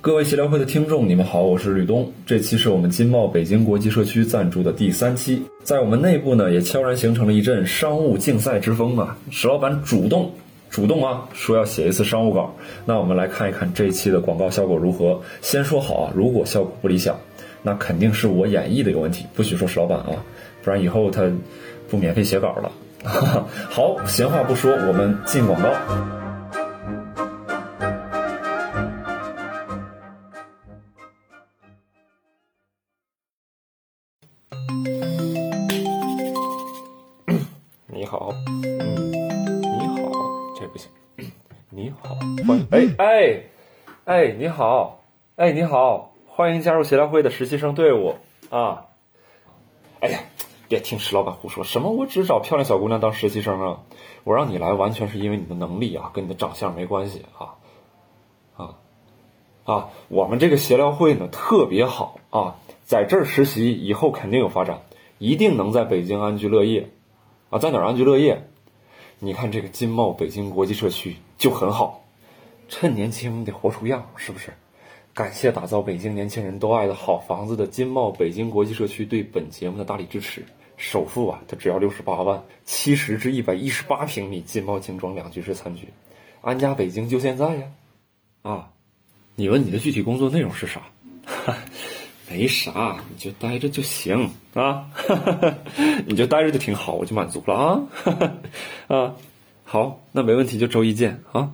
各位协聊会的听众，你们好，我是吕东。这期是我们金茂北京国际社区赞助的第3期，在我们内部呢，也悄然形成了一阵商务竞赛之风啊。石老板主动啊，说要写一次商务稿。那我们来看一看这一期的广告效果如何。先说好啊，如果效果不理想，那肯定是我演绎的有问题，不许说石老板啊，不然以后他不免费写稿了。好，闲话不说，我们进广告。你好，你好，这不行。你好，欢迎，你好，你好，欢迎加入协聊会的实习生队伍啊！哎呀，别听石老板胡说，什么我只找漂亮小姑娘当实习生啊！我让你来完全是因为你的能力啊，跟你的长相没关系啊！我们这个协聊会呢特别好啊，在这儿实习以后肯定有发展，一定能在北京安居乐业啊！在哪儿安居乐业？你看这个金茂北京国际社区就很好，趁年轻得活出样，是不是？感谢打造北京年轻人都爱的好房子的金茂北京国际社区对本节目的大力支持。首付啊，它只要68万，70至118平米金茂精装2居室3居，安家北京就现在呀！啊，你问你的具体工作内容是啥？没啥，你就待着就行啊，你就待着就挺好，我就满足了啊。啊，好，那没问题，就周一见啊。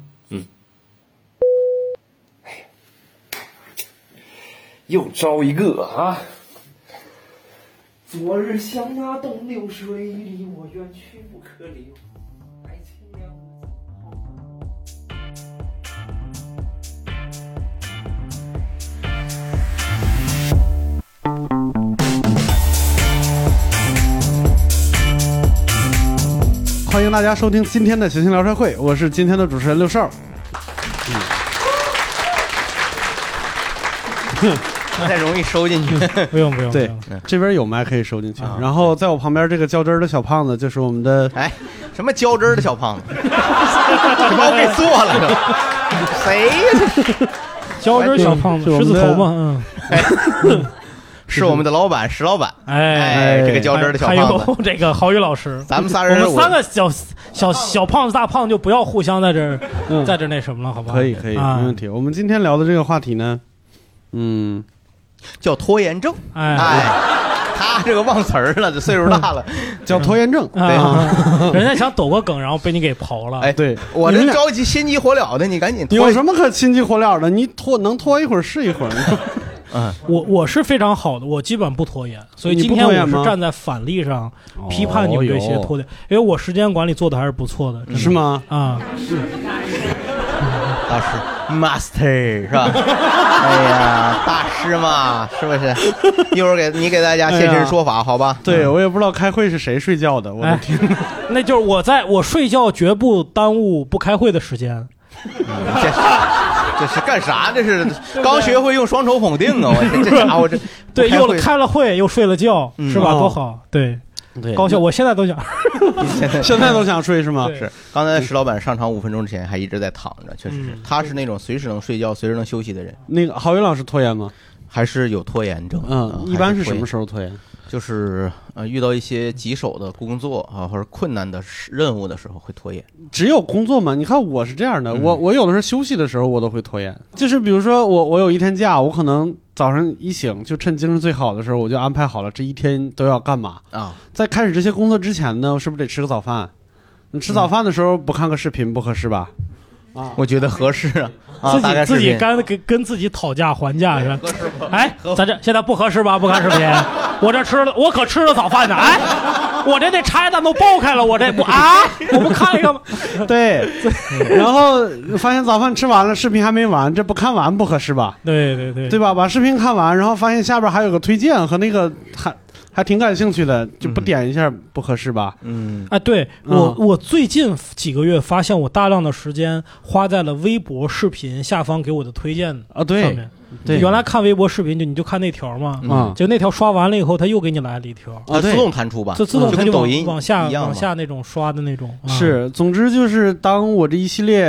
哎呀，又招一个啊！昨日像那东流水，离我远去不可留。爱情两欢迎大家收听今天的谐星聊斋会，我是今天的主持人六少。 不太容易收进去。 不用， 对，这边有麦可以收进去。然后在我旁边这个较真儿的小胖子就是我们的， 什么较真儿的小胖子？你把我给做了是吧？谁呀？ 较真儿小胖子，狮子头嘛， 是我们的老板石老板。这个较真儿的小胖子， 还有这个郝宇老师， 咱们仨人， 我们3个小胖子大胖就不要互相在这那什么了，好不好？ 可以，没问题。我们今天聊的这个话题呢， 叫拖延症。他这个忘词儿了，这岁数大了， 叫拖延症。 对， 人家想抖个梗，然后被你给刨了。 对， 我这着急心急火燎的，你赶紧。 有什么可心急火燎的？你能拖一会儿是一会儿。 我是非常好的，我基本不拖延，所以今天我是站在反例上批判你们这些拖延，因为我时间管理做的还是不错的， 是吗？ 大师 master 是吧？哎呀，大师嘛，是不是？一会儿你给大家现身说法，好吧？ 对，我也不知道开会是谁睡觉的，我的天！ 那就是我睡觉绝不耽误不开会的时间。 这是干啥？这是刚学会用双手捧腚啊！我这家伙这对，又开了会又睡了觉，是吧？多好，对，高效。我现在都想， 现在都想睡是吗？ 是。刚才石老板上场5分钟之前还一直在躺着，确实是，他是那种随时能睡觉、随时能休息的人。 那个郝宇老师拖延吗？ 还是有拖延症？ 一般是什么时候拖延？ 就是遇到一些棘手的工作啊，或者困难的任务的时候会拖延。 只有工作吗？你看我是这样的，我有的时候休息的时候我都会拖延。就是比如说我有一天假，我可能早上一醒就趁精神最好的时候，我就安排好了这一天都要干嘛啊。在开始这些工作之前呢，是不是得吃个早饭？你吃早饭的时候不看个视频不合适吧？ 我觉得合适自己跟自己讨价还价是吧？咱这现在不合适吧？不看视频，我可吃了早饭呢。我这拆弹都爆开了，我不看一个吗？ 对，然后发现早饭吃完了，视频还没完，这不看完不合适吧？ 对吧？把视频看完，然后发现下边还有个推荐和那个还挺感兴趣的，就不点一下不合适吧？ 对，我最近几个月发现我大量的时间花在了微博视频下方给我的推荐上面。对，原来看微博视频你就看那条嘛，就那条刷完了以后，他又给你来了一条自动弹出吧， 就自动跟抖音往下那种刷的那种。 是，总之就是当我这一系列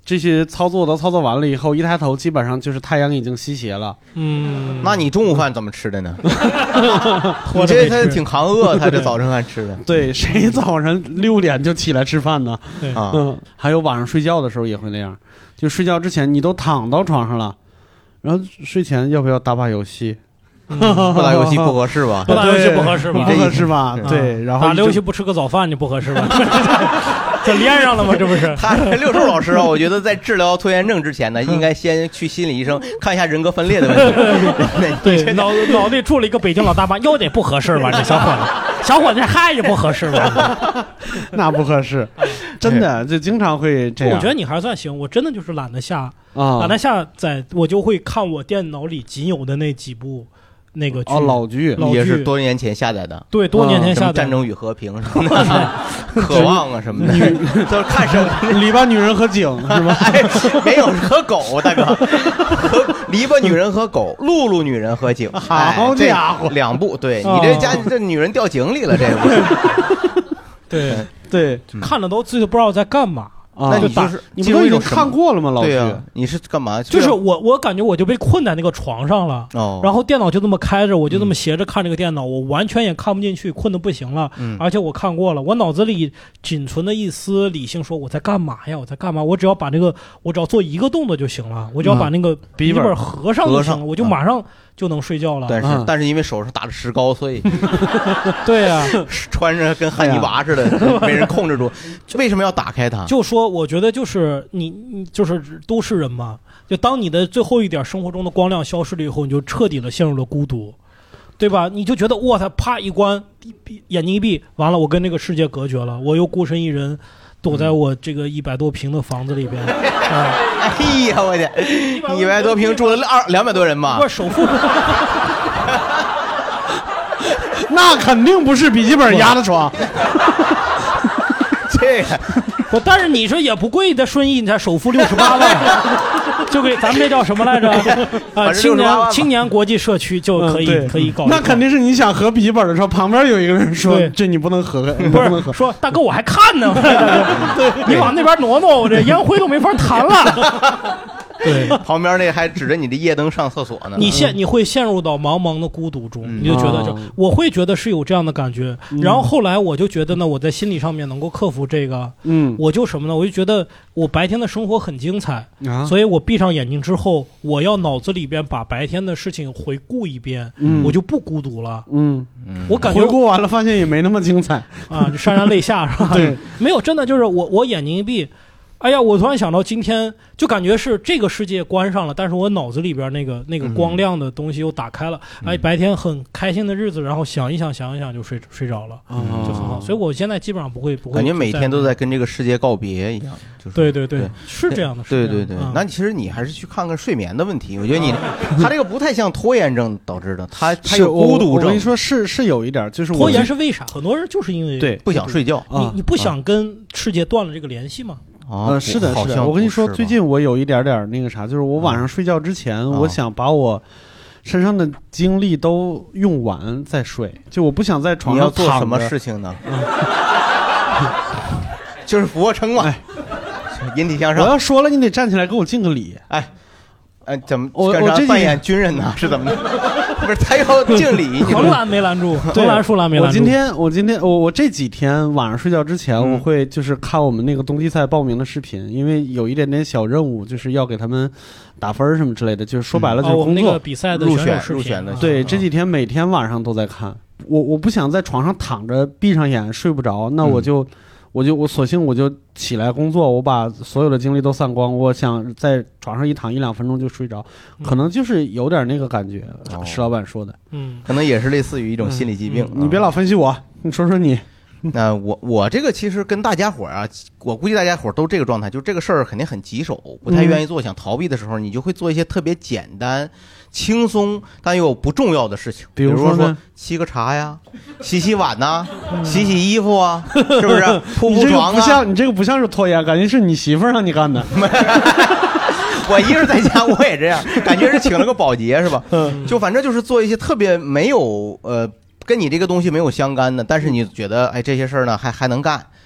这些操作都操作完了以后，一抬头基本上就是太阳已经西斜了。 那你中午饭怎么吃的呢？我这他挺扛饿，他这早晨饭吃的。 对，谁早上6点就起来吃饭呢？还有晚上睡觉的时候也会那样，就睡觉之前你都躺到床上了，然后睡前要不要打把游戏？ 不打游戏不合适吧？ 不打游戏不合适吧？ 不合适吧？对，然后打游戏不吃个早饭就不合适吧？这连上了吗？这不是？ 他六兽老师啊，我觉得在治疗拖延症之前呢，应该先去心理医生看一下人格分裂的问题。 对，脑袋住了一个北京老大妈，又得不合适吧？这小伙子还是不合适吧？ 那不合适，真的就经常会这样。 我觉得你还算行，我真的就是懒得下懒得下我就会看我电脑里仅有的那几部。那个剧老剧也是多年前下载的， 对，多年前下载， 战争与和平什么的，渴望啊什么的，就是看什么篱笆女人和井是吧？ 没有和狗，大哥，篱笆女人和狗，露露女人和井， 好家伙 ，2部，对你这家这女人掉井里了，这个， 对， 看了都自己不知道在干嘛。 那你就是你不都已经看过了吗？老对啊，你是干嘛？ 就是我感觉我就被困在那个床上了，然后电脑就这么开着，我就这么斜着看这个电脑，我完全也看不进去，困得不行了。而且我看过了，我脑子里仅存的一丝理性说我在干嘛呀？我在干嘛？我只要把那个，我只要做一个动作就行了，我只要把那个笔记本合上就行了，我就马上就能睡觉了。 但是因为手上打着石膏，所以对呀， 穿着跟汉尼拔似的，没人控制住。为什么要打开它？ 就说我觉得就是你就是都市人嘛，就当你的最后一点生活中的光亮消失了以后，你就彻底的陷入了孤独，对吧？你就觉得哇，他啪一关，眼睛一闭，完了，我跟这个世界隔绝了，我又孤身一人。躲在我这个100多平的房子里边， 哎呀，我的100多平住了200多人吧？ 不是首付， 那肯定不是笔记本压的床。 这个不，但是你说也不贵的，顺义你才首付68万，就给咱们这叫什么来着？青年国际社区就可以搞。 那肯定是你想合笔记本的时候，旁边有一个人说：“这你不能合， 不能合。”说大哥我还看呢，你往那边挪挪，我这烟灰都没法弹了。对， 旁边那还指着你的夜灯上厕所呢。 你会陷入到茫茫的孤独中，你就觉得我会觉得是有这样的感觉。然后后来我就觉得呢，我在心理上面能够克服这个，我就什么呢？我就觉得我白天的生活很精彩，所以我闭上眼睛之后，我要脑子里边把白天的事情回顾一遍，我就不孤独了。我感觉回顾完了发现也没那么精彩啊，就潸然泪下是吧？ 对， 没有，真的就是我眼睛一闭。哎呀，我突然想到今天就感觉是这个世界关上了，但是我脑子里边那个光亮的东西又打开了。哎，白天很开心的日子，然后想一想就睡着了，就很好。所以我现在基本上不会感觉每天都在跟这个世界告别一样。 对，是这样的。 对，那其实你还是去看看睡眠的问题。我觉得他这个不太像拖延症导致的，他有孤独症。 我跟你说是有一点，就是拖延是为啥？很多人就是因为对不想睡觉， 你不想跟世界断了这个联系吗？ 是的，我跟你说，最近我有一点那个啥，就是我晚上睡觉之前，我想把我身上的精力都用完再睡，就我不想在床上躺着。你要做什么事情呢？就是俯卧撑嘛，引体向上。 我要说了，你得站起来给我敬个礼。 怎么？我这扮演军人呢？是怎么的？不是，他要敬礼。 横栏没拦住，横栏竖栏没拦住。 我这几天晚上睡觉之前，我会就是看我们那个冬季赛报名的视频，因为有一点点小任务，就是要给他们打分什么之类的，就是说白了就是工作。 那个比赛的入选的。 对，这几天每天晚上都在看。我不想在床上躺着闭上眼睡不着，那我索性我就起来工作，我把所有的精力都散光，我想在床上一躺1-2分钟就睡着，可能就是有点那个感觉。石老板说的， 可能也是类似于一种心理疾病。 你别老分析我，你说说你。 那我这个其实跟大家伙啊，我估计大家伙都这个状态，就这个事儿肯定很棘手，不太愿意做，想逃避的时候，你就会做一些特别简单、轻松但又不重要的事情，比如说沏个茶呀、洗碗呐、洗衣服啊，是不是？铺床啊。 你这个不像是拖延，感觉是你媳妇儿让你干的。 我一人在家，我也这样，感觉是请了个保洁是吧？就反正就是做一些特别没有跟你这个东西没有相干的，但是你觉得哎这些事儿呢还能干，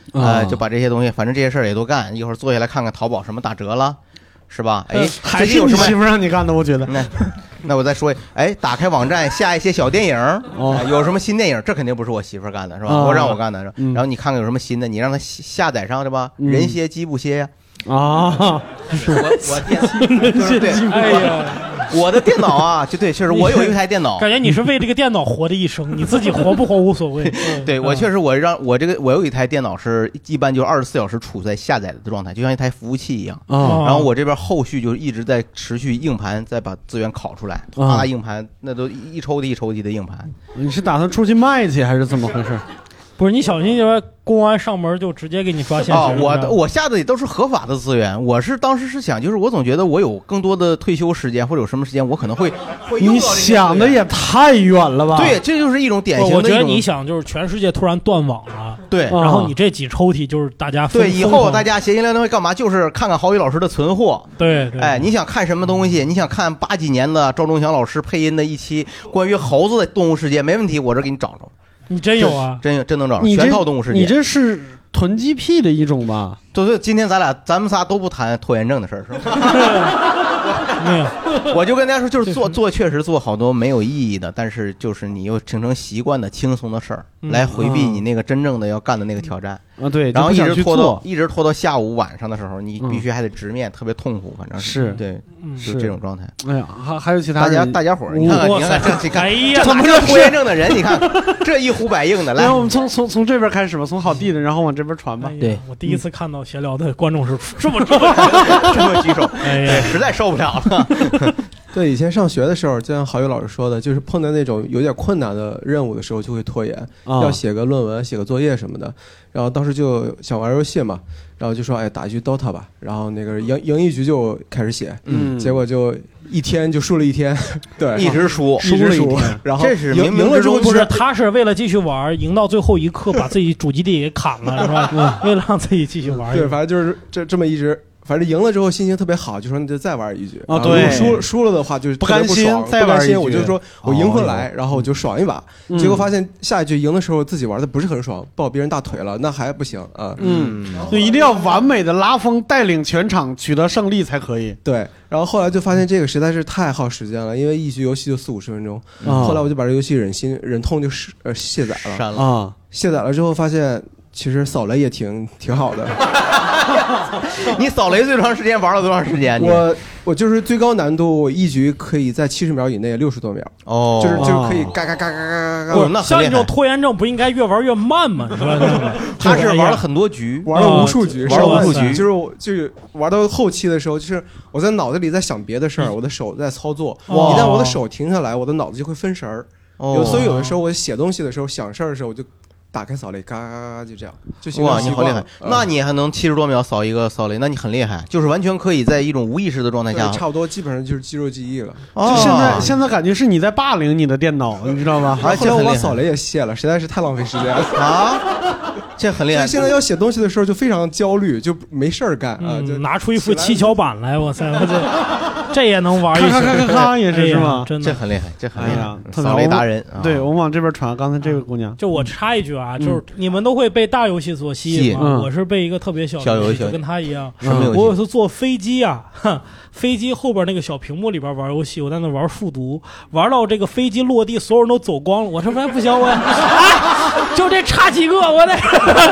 就把这些东西，反正这些事儿也都干，一会儿坐下来看看淘宝什么打折了。是吧？哎， 还是你媳妇让你干的，我觉得。 那我再说，哎，打开网站下一些小电影，有什么新电影，这肯定不是我媳妇干的，是吧？我让我干的。然后你看看有什么新的，你让她下载上，对吧？人歇鸡不歇呀。 啊， 我对，哎呀。我的电脑啊，就对，确实我有一台电脑， 感觉你是为这个电脑活的一生，你自己活不活无所谓。 对，我确实我有一台电脑是一般就24小时处在下载的状态，就像一台服务器一样。然后我这边后续就一直在持续硬盘，再把资源拷出来，硬盘那都一抽屉一抽屉的硬盘。 你是打算出去卖去还是怎么回事？ 不是，你小心点，公安上门就直接给你抓现行。 我下的也都是合法的资源。我是当时是想，就是我总觉得我有更多的退休时间或者有什么时间，我可能会你想的也太远了吧？ 对，这就是一种典型的。 我觉得你想，就是全世界突然断网了， 对， 然后你这几抽屉就是大家对以后大家闲闲聊聊会干嘛？就是看看郝宇老师的存货。 对， 哎，你想看什么东西？你想看80几年的赵忠祥老师配音的一期关于猴子的动物世界，没问题，我这给你找着。 你真有啊？ 真能找全套动物世界。 你这是囤积癖的一种吧？ 对，今天咱们仨都不谈拖延症的事儿，是吧？我就跟大家说，就是确实做好多没有意义的，但是就是你又形成习惯的轻松的事儿，来回避你那个真正的要干的那个挑战。 对， 然后一直拖到下午晚上的时候，你必须还得直面，特别痛苦，反正是对，是这种状态。 哎呀，还有其他大家伙儿，你看哎呀， 怎么叫拖延症的人？你看这一呼百应的。来， 我们从这边开始吧，从好弟的，然后往这边传吧。 对， 我第一次看到闲聊的观众是这么举手，哎呀，实在受不了了。 对，以前上学的时候，就像郝宇老师说的，就是碰到那种有点困难的任务的时候，就会拖延，要写个论文、写个作业什么的。然后当时就想玩游戏嘛，然后就说，哎，打一局 DOTA 吧。然后那个赢一局就开始写，结果就一天就输了一天，对， 一直输， 然后这是赢了之后不是，他是为了继续玩，赢到最后一刻把自己主基地给砍了，是吧？为了让自己继续玩。 对，反正就是这么一直。反正赢了之后心情特别好，就说那就再玩一局啊。对， 输了的话就不甘心，再玩一局。 我就说我赢回来，然后我就爽一把。结果发现下一局赢的时候自己玩的不是很爽，抱别人大腿了，那还不行啊。 就一定要完美的拉风，带领全场取得胜利才可以。 对，然后后来就发现这个实在是太耗时间了，因为一局游戏就40-50分钟。后来我就把这游戏忍痛就卸载了， 删了。 卸载了之后发现，其实扫雷也挺好的。 你扫雷最长时间玩了多长时间？ 我就是最高难度，一局可以在70秒以内，60多秒。哦，就是可以嘎。 那像你这种拖延症不应该越玩越慢吗？是吧？ 他是玩了很多局， 玩了无数局，就是玩到后期的时候，就是我在脑子里在想别的事儿，我的手在操作。一旦我的手停下来，我的脑子就会分神儿。所以有的时候我写东西的时候想事儿的时候，我就打开扫雷，嘎嘎嘎，就这样，就哇，你好厉害！那你还能70多秒扫一个扫雷，那你很厉害，就是完全可以在一种无意识的状态下， 差不多基本上就是肌肉记忆了。 就现在感觉是你在霸凌你的电脑，你知道吗？ 而且我把扫雷也卸了，实在是太浪费时间了啊！ 这很厉害。 现在要写东西的时候就非常焦虑，就没事儿干啊，就拿出一副七巧板来，我塞，这也能玩一咔也是吗？ 真的， 这很厉害，这很厉害，扫雷达人。 对，我们往这边传。刚才这位姑娘， 就我插一句啊，就是你们都会被大游戏所吸引吗？我是被一个特别小游戏，就跟他一样。 什么游戏？ 我有一次坐飞机啊，飞机后边那个小屏幕里边玩游戏，我在那玩数独，玩到这个飞机落地，所有人都走光了。我说不行，就这差几个，我得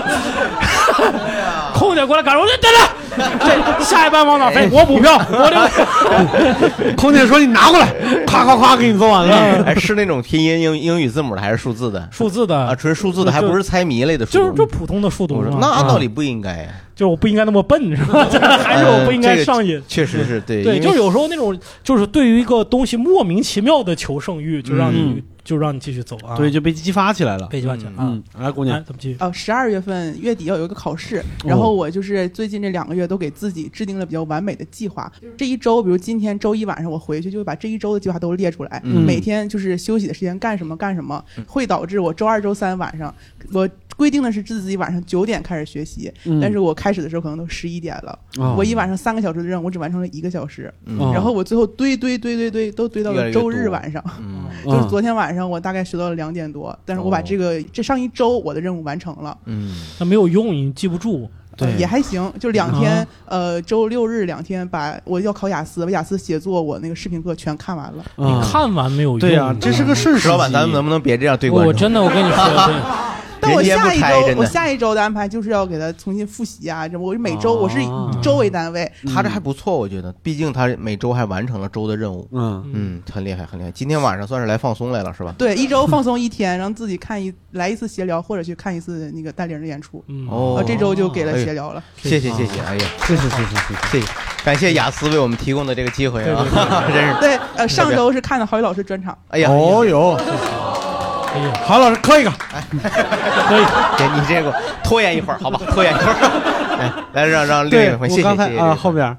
空姐过来赶上我，等等，这下一班往哪飞？我补票， 空姐说你拿过来，夸给你做完了。 哎，是那种拼音英语字母的还是数字的？ 数字的啊，纯数字的，还不是猜谜类的数。 就普通的数独。 那按道理不应该呀。 就是我不应该那么笨，是吧？还是我不应该上瘾？ 确实是对。 对，就是有时候那种，就是对于一个东西莫名其妙的求胜欲，就让你继续走啊。 对，就被激发起来了。 被激发起来啊！ 来，姑娘， 怎么继续 ？12月份月底要有一个考试，然后我就是最近这2个月都给自己制定了比较完美的计划。这一周，比如今天周一晚上我回去，就会把这一周的计划都列出来，每天就是休息的时间干什么，会导致我周2、周3晚上我规定的是自己晚上9点开始学习，但是我开始的时候可能都11点了，我一晚上3个小时的任务，我只完成了1个小时，然后我最后堆都堆到了周日晚上，就是昨天晚上我大概学到了2点多，但是我把这上一周我的任务完成了， 那没有用，你记不住。 对，也还行，就2天，周6日2天，把我要考雅思，把雅思写作我那个视频课全看完了。 你看完没有用？ 对呀，这是个事实。 老板，咱们能不能别这样对观众？ 我真的，我跟你说。 但我下一周的安排就是要给他重新复习啊！我每周我是以周为单位， 他这还不错，我觉得，毕竟他每周还完成了周的任务，很厉害，很厉害。今天晚上算是来放松来了，是吧？ 对，1周放松1天，让自己来一次协聊，或者去看一次那个带领的演出。这周就给了协聊了。 谢谢，哎呀，谢谢，感谢雅思为我们提供的这个机会啊！真是对，上周是看的郝宇老师专场。 哎呀， 哦哟。郝老师磕一个， 可以，给你这个拖延一会儿，好吧，拖延一会儿，来让另一位，谢谢后边，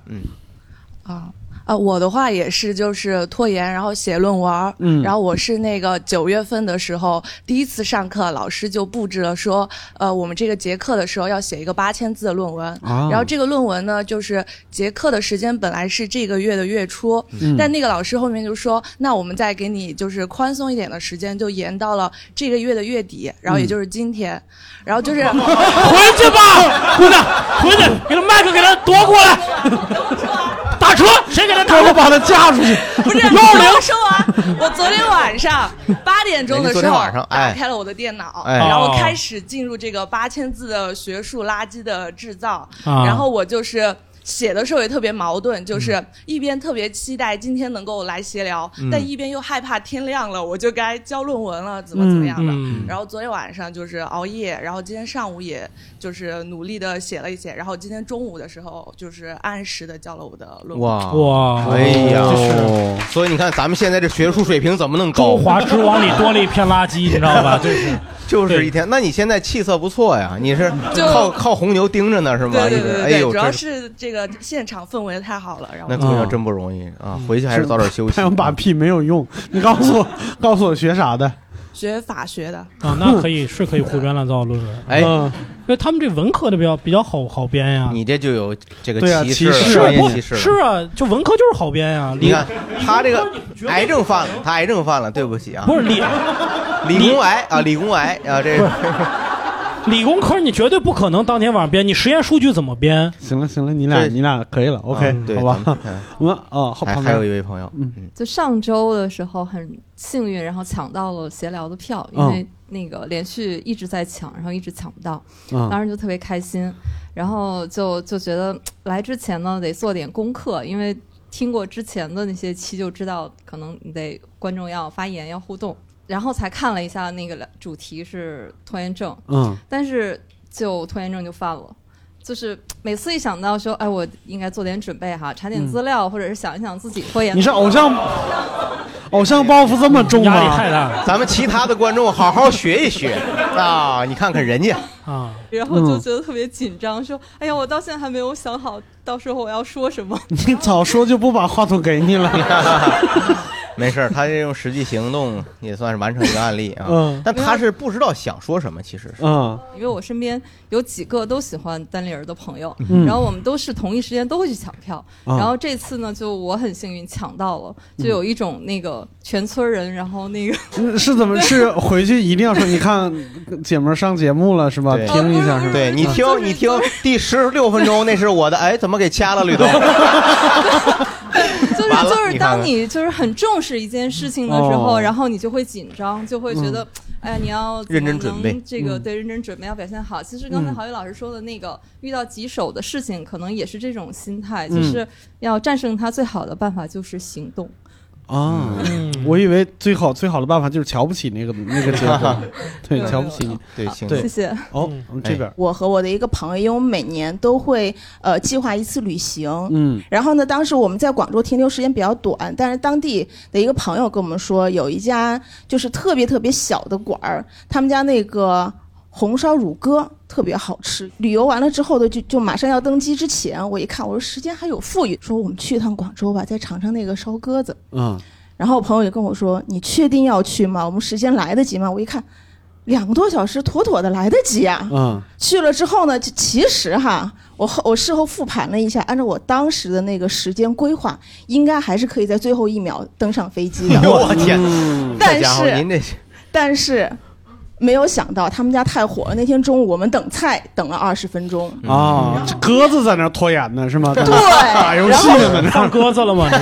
我的话也是，就是拖延，然后写论文。然后我是那个9月份的时候第一次上课，老师就布置了说，我们这个节课的时候要写一个8000字的论文。然后这个论文呢，就是节课的时间本来是这个月的月初，但那个老师后面就说，那我们再给你就是宽松一点的时间，就延到了这个月的月底，然后也就是今天。然后就是回去吧，回去，给他麦克给他夺过来。打车，谁给他打？ 我把他架出去。 不是，120说完。我昨天晚上8点钟的时候打开了我的电脑，然后开始进入这个8000字的学术垃圾的制造。然后我就是写的时候也特别矛盾，就是一边特别期待今天能够来协聊，但一边又害怕天亮了我就该交论文了，怎么样的。然后昨天晚上就是熬夜，然后今天上午也就是努力的写了一写，然后今天中午的时候就是按时的交了我的论文。 哇，哎呀，所以你看咱们现在这学术水平怎么能高？ 中华之王里多了一片垃圾，你知道吧？ 就是一天。那你现在气色不错呀，你是靠红牛盯着呢是吗？ 对，哎呦，主要是这个现场氛围太好了，然后那姑娘真不容易啊，回去还是早点休息。 太阳把屁没有用，你告诉我学啥的？ 学法学的啊，那可以胡编乱造论文。 哎， 因为他们这文科的比较好编呀。 你这就有这个歧视， 商业歧视。 是啊，就文科就是好编呀。 你看他这个癌症犯了，对不起啊。 不是理工癌啊，理工癌啊，这个。 理工科你绝对不可能当天晚上编，你实验数据怎么编？ 行了，你俩可以了 ，OK，好吧。 还有一位朋友， 就上周的时候很幸运，然后抢到了协聊的票，因为那个连续一直在抢，然后一直抢不到，当时就特别开心，然后就觉得来之前呢得做点功课，因为听过之前的那些期就知道，可能你得观众要发言要互动。然后才看了一下那个主题是拖延症，但是就拖延症就犯了，就是每次一想到说，哎，我应该做点准备哈，查点资料，或者是想一想自己拖延。 你是偶像包袱这么重吗？ 压力太大。 咱们其他的观众好好学一学啊，你看看人家啊，然后就觉得特别紧张，说，哎呀，我到现在还没有想好，到时候我要说什么。 你早说就不把话筒给你了。 没事，他这种实际行动也算是完成一个案例啊。但他是不知道想说什么，其实是。 因为我身边有几个都喜欢单立人的朋友，然后我们都是同一时间都会去抢票。然后这次呢，就我很幸运抢到了，就有一种那个全村人，然后那个是怎么是回去一定要说，你看姐们上节目了是吧？听一下是吧？ 对你听第16分钟，那是我的，哎，怎么给掐了吕东？ 就是当你就是很重视一件事情的时候，然后你就会紧张，就会觉得，哎呀，你要认真准备， 这个对，认真准备要表现好。其实刚才郝宇老师说的那个，遇到棘手的事情，可能也是这种心态，就是要战胜它，最好的办法就是行动。 我以为最好的办法就是瞧不起那个结果，对，瞧不起你， 对，谢谢。 这边我和我的一个朋友，因为我们每年都会计划一次旅行，然后呢，当时我们在广州停留时间比较短，但是当地的一个朋友跟我们说，有一家就是特别特别小的馆儿，他们家那个红烧乳鸽特别好吃。旅游完了之后的就马上要登机之前，我一看，我说时间还有富裕，说我们去一趟广州吧，再尝尝那个烧鸽子。然后我朋友也跟我说，你确定要去吗？我们时间来得及吗？我一看 2个多小时妥妥的来得及啊。去了之后呢，其实哈，我事后复盘了一下，按照我当时的那个时间规划，应该还是可以在最后1秒登上飞机的。 我天！ 但是。没有想到他们家太火了，那天中午我们等菜等了20分钟啊！这鸽子在那拖延呢是吗？ 对， 打游戏呢， 放鸽子了吗？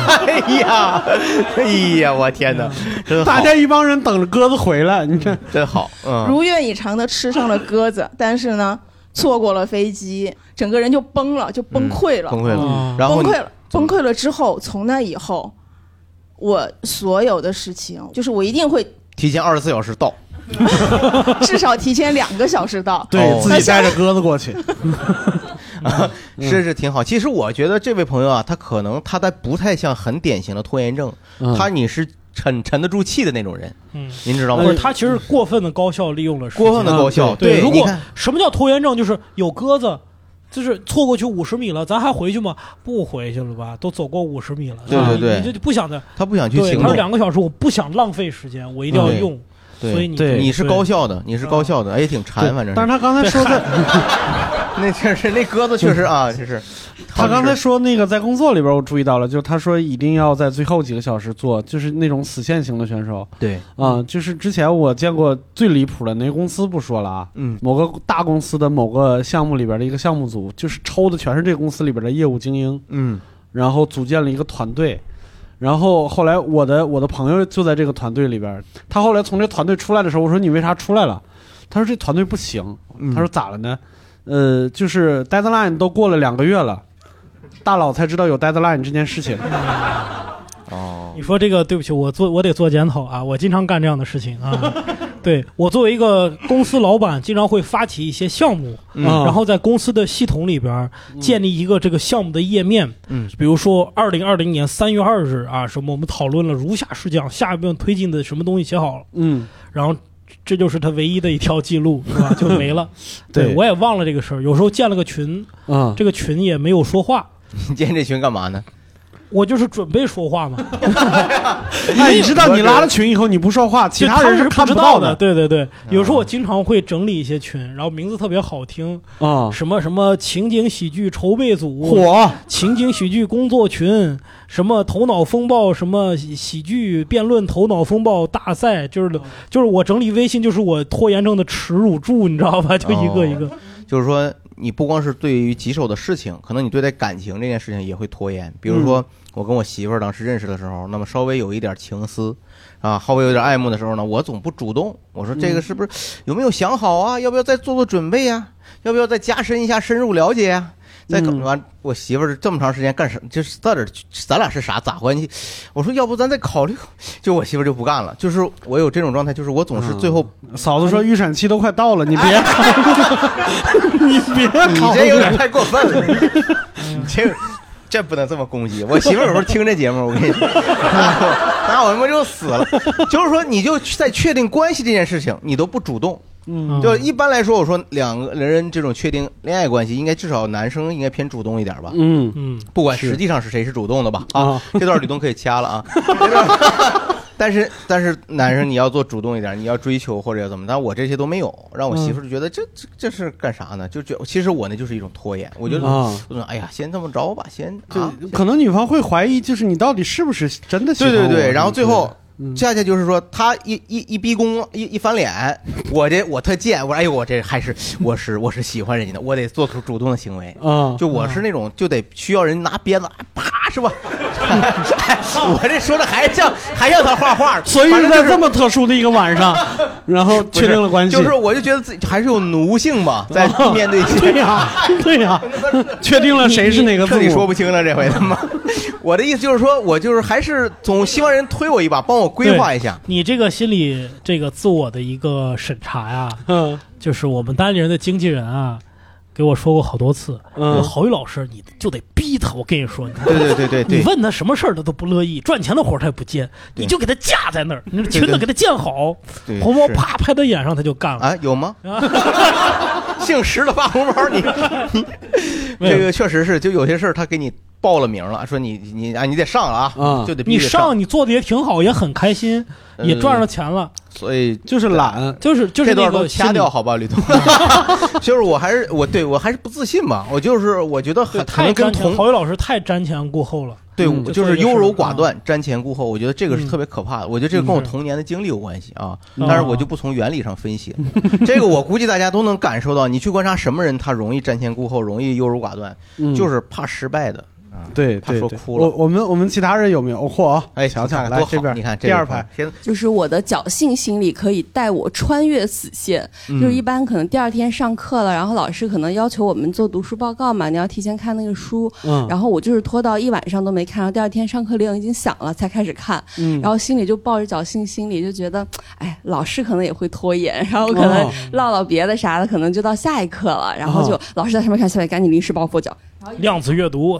哎呀，我天哪！真好， 大家一帮人等着鸽子回来，你看真好。 如愿以偿的吃上了鸽子，但是呢，错过了飞机，整个人就崩了，就崩溃了， 然后崩溃了之后，从那以后，我所有的事情就是我一定会提前24小时到。 至少提前2个小时到， 对自己带着鸽子过去， 是挺好。其实我觉得这位朋友啊，他可能他不太像很典型的拖延症，你是沉得住气的那种人，您知道吗？ 他其实过分的高效利用了时间， 过分的高效。 对，如果什么叫拖延症，就是有鸽子。就是错过去50米了，咱还回去吗？不回去了吧，都走过50米了。 对， 你就不想着， 他不想去行动。 他是2个小时，我不想浪费时间，我一定要用。所以你是高效的，你是高效的，也挺馋，反正。 但是他刚才说的， 那确实，那鸽子确实啊，就是。 他刚才说那个在工作里边，我注意到了，就是他说一定要在最后几个小时做，就是那种死线型的选手。 对就是之前我见过最离谱的，那公司不说了啊，某个大公司的某个项目里边的一个项目组，就是抽的全是这个公司里边的业务精英，然后组建了一个团队。然后后来我的朋友就在这个团队里边，他后来从这团队出来的时候，我说你为啥出来了？他说这团队不行。他说咋了呢？就是 deadline 都过了2个月了，大佬才知道有 deadline 这件事情。 你说这个对不起，我得做检讨啊！我经常干这样的事情啊。对，我作为一个公司老板，经常会发起一些项目，然后在公司的系统里边建立一个这个项目的页面。比如说2020年3月2日啊，什么我们讨论了如下事项，下一步推进的什么东西写好了。然后这就是他唯一的一条记录，是吧？就没了。对，我也忘了这个事儿。有时候建了个群，这个群也没有说话。 你建这群干嘛呢？ 我就是准备说话嘛。 那你知道你拉了群以后你不说话，其他人是看不到的。 对，有时候我经常会整理一些群，然后名字特别好听啊，什么情景喜剧筹备组，情景喜剧工作群，什么头脑风暴，什么喜剧辩论头脑风暴大赛，就是我整理微信，就是我拖延症的耻辱柱，你知道吧？就一个一个。 就是说，你不光是对于棘手的事情，可能你对待感情这件事情也会拖延。比如说，我跟我媳妇儿当时认识的时候，那么稍微有一点情思啊，稍微有点爱慕的时候呢，我总不主动。我说这个是不是有没有想好啊？要不要再做准备呀？要不要再加深一下深入了解呀？再完，我媳妇儿这么长时间干什么？就是到底咱俩是啥咋关系？我说要不咱再考虑。就我媳妇儿就不干了，就是我有这种状态，就是我总是最后嫂子说预产期都快到了，你别你别你这有点太过分了，你这不能这么攻击我媳妇儿。有时候听这节目，我跟你说，那我们就死了。就是说，你就在确定关系这件事情，你都不主动。就一般来说，我说2个人这种确定恋爱关系，应该至少男生应该偏主动一点吧。不管实际上是谁是主动的吧。这段吕东可以掐了啊。但是男生你要做主动一点，你要追求或者要怎么，但我这些都没有，让我媳妇就觉得这是干啥呢？其实我那就是一种拖延。我觉得我说哎呀，先这么着吧， 可能女方会怀疑，就是你到底是不是真的喜欢我。 对，然后最后。恰恰就是说，他一逼宫一翻脸，我特贱，我说哎呦，我是喜欢人家的，我得做出主动的行为。就我是那种就得需要人拿鞭子啪是吧？我这说的还像他画画， 所以是在这么特殊的一个晚上，然后确定了关系。 就是我就觉得自己还是有奴性吧，在面对对呀，确定了谁是哪个字母， 彻底说不清了这回他妈。我的意思就是说，我就是还是总希望人推我一把，帮我规划一下。 你这个心理这个自我的一个审查呀，就是我们单立人的经纪人啊，给我说过好多次。郝宇老师，你就得逼他。我跟你说， 对， 你问他什么事儿他都不乐意，赚钱的活他也不接，你就给他架在那儿，你裙子给他建好，红包啪拍他眼上他就干了。 啊，有吗？姓石的发红包，你这个确实是，就有些事儿他给你报了名了，说你得上了啊，就得必须你上，你做的也挺好，也很开心，也赚了钱了， 所以就是懒， 就是这段都掐掉好吧，吕东。就是我还是不自信嘛，我觉得可能跟郝宇老师太瞻前顾后了。 对，就是优柔寡断、瞻前顾后，我觉得这个是特别可怕的。我觉得这个跟我童年的经历有关系啊，但是我就不从原理上分析了。这个我估计大家都能感受到，你去观察什么人他容易瞻前顾后，容易优柔寡断，就是怕失败的。 对， 他说哭了。 我们其他人有没有？嚯！哎，瞧瞧，来这边， 你看第二排， 就是我的侥幸心理可以带我穿越死线。就是一般可能第二天上课了，然后老师可能要求我们做读书报告嘛，你要提前看那个书。然后我就是拖到一晚上都没看，然后第二天上课铃已经响了才开始看。然后心里就抱着侥幸心理，就觉得，哎，老师可能也会拖延，然后可能唠别的啥的，可能就到下一课了，然后就老师在上面看，下面赶紧临时抱佛脚。 量子阅读，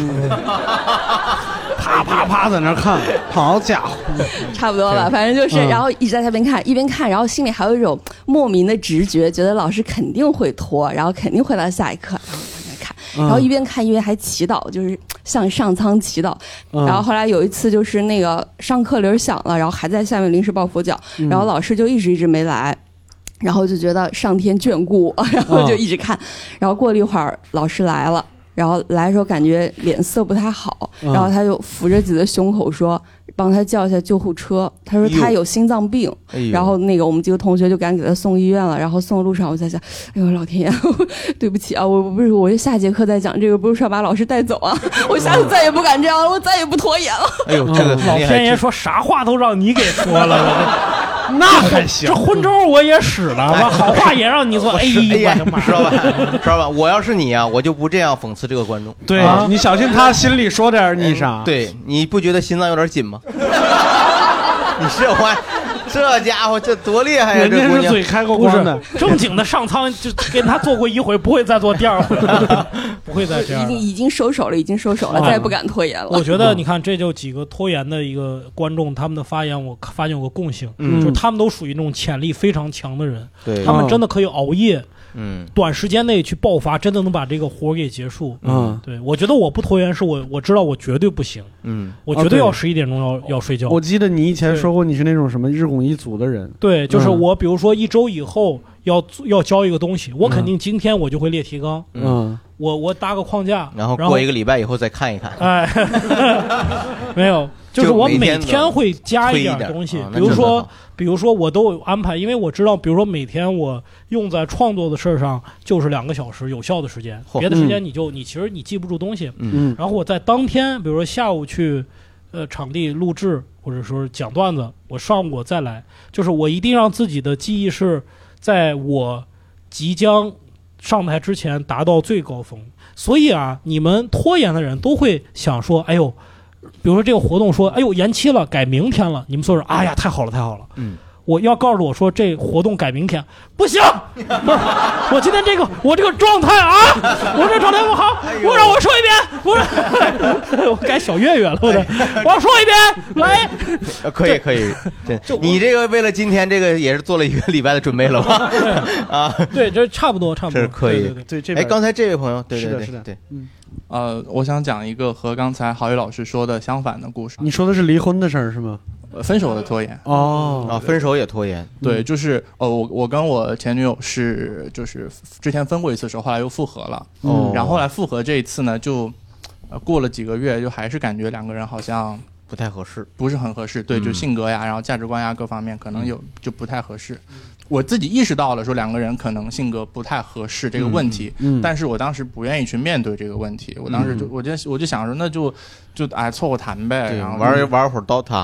啪啪啪在那看，好家伙， 差不多吧，反正就是，然后一直在那边看，一边看，然后心里还有一种莫名的直觉，觉得老师肯定会拖，然后肯定会到下一课，然后在那看，然后一边看一边还祈祷，就是向上苍祈祷。然后后来有一次就是那个上课铃响了，然后还在下面临时抱佛脚，然后老师就一直没来。然后就觉得上天眷顾我，然后就一直看，然后过了一会儿老师来了，然后来的时候感觉脸色不太好，然后他就扶着自己的胸口说帮他叫一下救护车，他说他有心脏病，然后那个我们几个同学就赶紧给他送医院了，然后送的路上我在想，哎呦老天爷，对不起啊，我下节课再讲这个，不是要把老师带走啊，我下次再也不敢这样了，我再也不拖延了。 哎呦，这个老天爷说啥话都让你给说了。 那还行， 这昏招我也使了，好话也让你说。哎呀， 石老板，我要是你啊，我就不这样讽刺这个观众。 对，你小心他心里说点你啥。 对，你不觉得心脏有点紧吗？你是这家伙这多厉害呀！ 人家是嘴开过光的， 正经的上苍就跟他做过一回，不会再做第二回，不会再这样。 已经收手了，再也不敢拖延了。 我觉得你看，这就几个拖延的一个观众，他们的发言我发现有个共性，就是他们都属于那种潜力非常强的人，他们真的可以熬夜。短时间内去爆发，真的能把这个活给结束。对，我觉得我不拖延是我知道我绝对不行。我绝对要11点钟要睡觉。 我记得你以前说过你是那种什么日拱一卒的人。 对，就是我比如说1周以后要交一个东西，我肯定今天我就会列提纲。我搭个框架， 然后过1个礼拜以后再看一看。 哎，没有，就是我每天会加一点东西，比如说我都有安排，因为我知道，比如说每天我用在创作的事上就是2个小时有效的时间，别的时间你其实你记不住东西。然后我在当天，比如说下午去场地录制或者说讲段子，我上午再来，就是我一定让自己的记忆是在我即将上台之前达到最高峰。所以啊，你们拖延的人都会想说，哎呦，比如说这个活动说，哎呦延期了，改明天了，你们说说，哎呀太好了太好了。我要告诉我说这活动改明天不行，不是我今天我这个状态啊，我这状态不好，我让我说一遍，我改小岳岳了，我要说一遍，来， 可以，你这个为了今天这个也是做了1个礼拜的准备了吧？啊， 对，这差不多， 是可以， 对， 哎，刚才这位朋友，对， 我想讲一个和刚才郝宇老师说的相反的故事。 你说的是离婚的事儿是吗？ 分手的拖延。 分手也拖延。 对，就是我跟我前女友就是之前分过一次手，后来又复合了。然后后来复合这一次呢，就过了几个月，就还是感觉2个人好像不太合适， 不是很合适。对，就性格呀，然后价值观呀各方面可能就不太合适。我自己意识到了说2个人可能性格不太合适这个问题，但是我当时不愿意去面对这个问题。我当时我就想说，那就凑合谈呗，然后玩会儿 DOTA。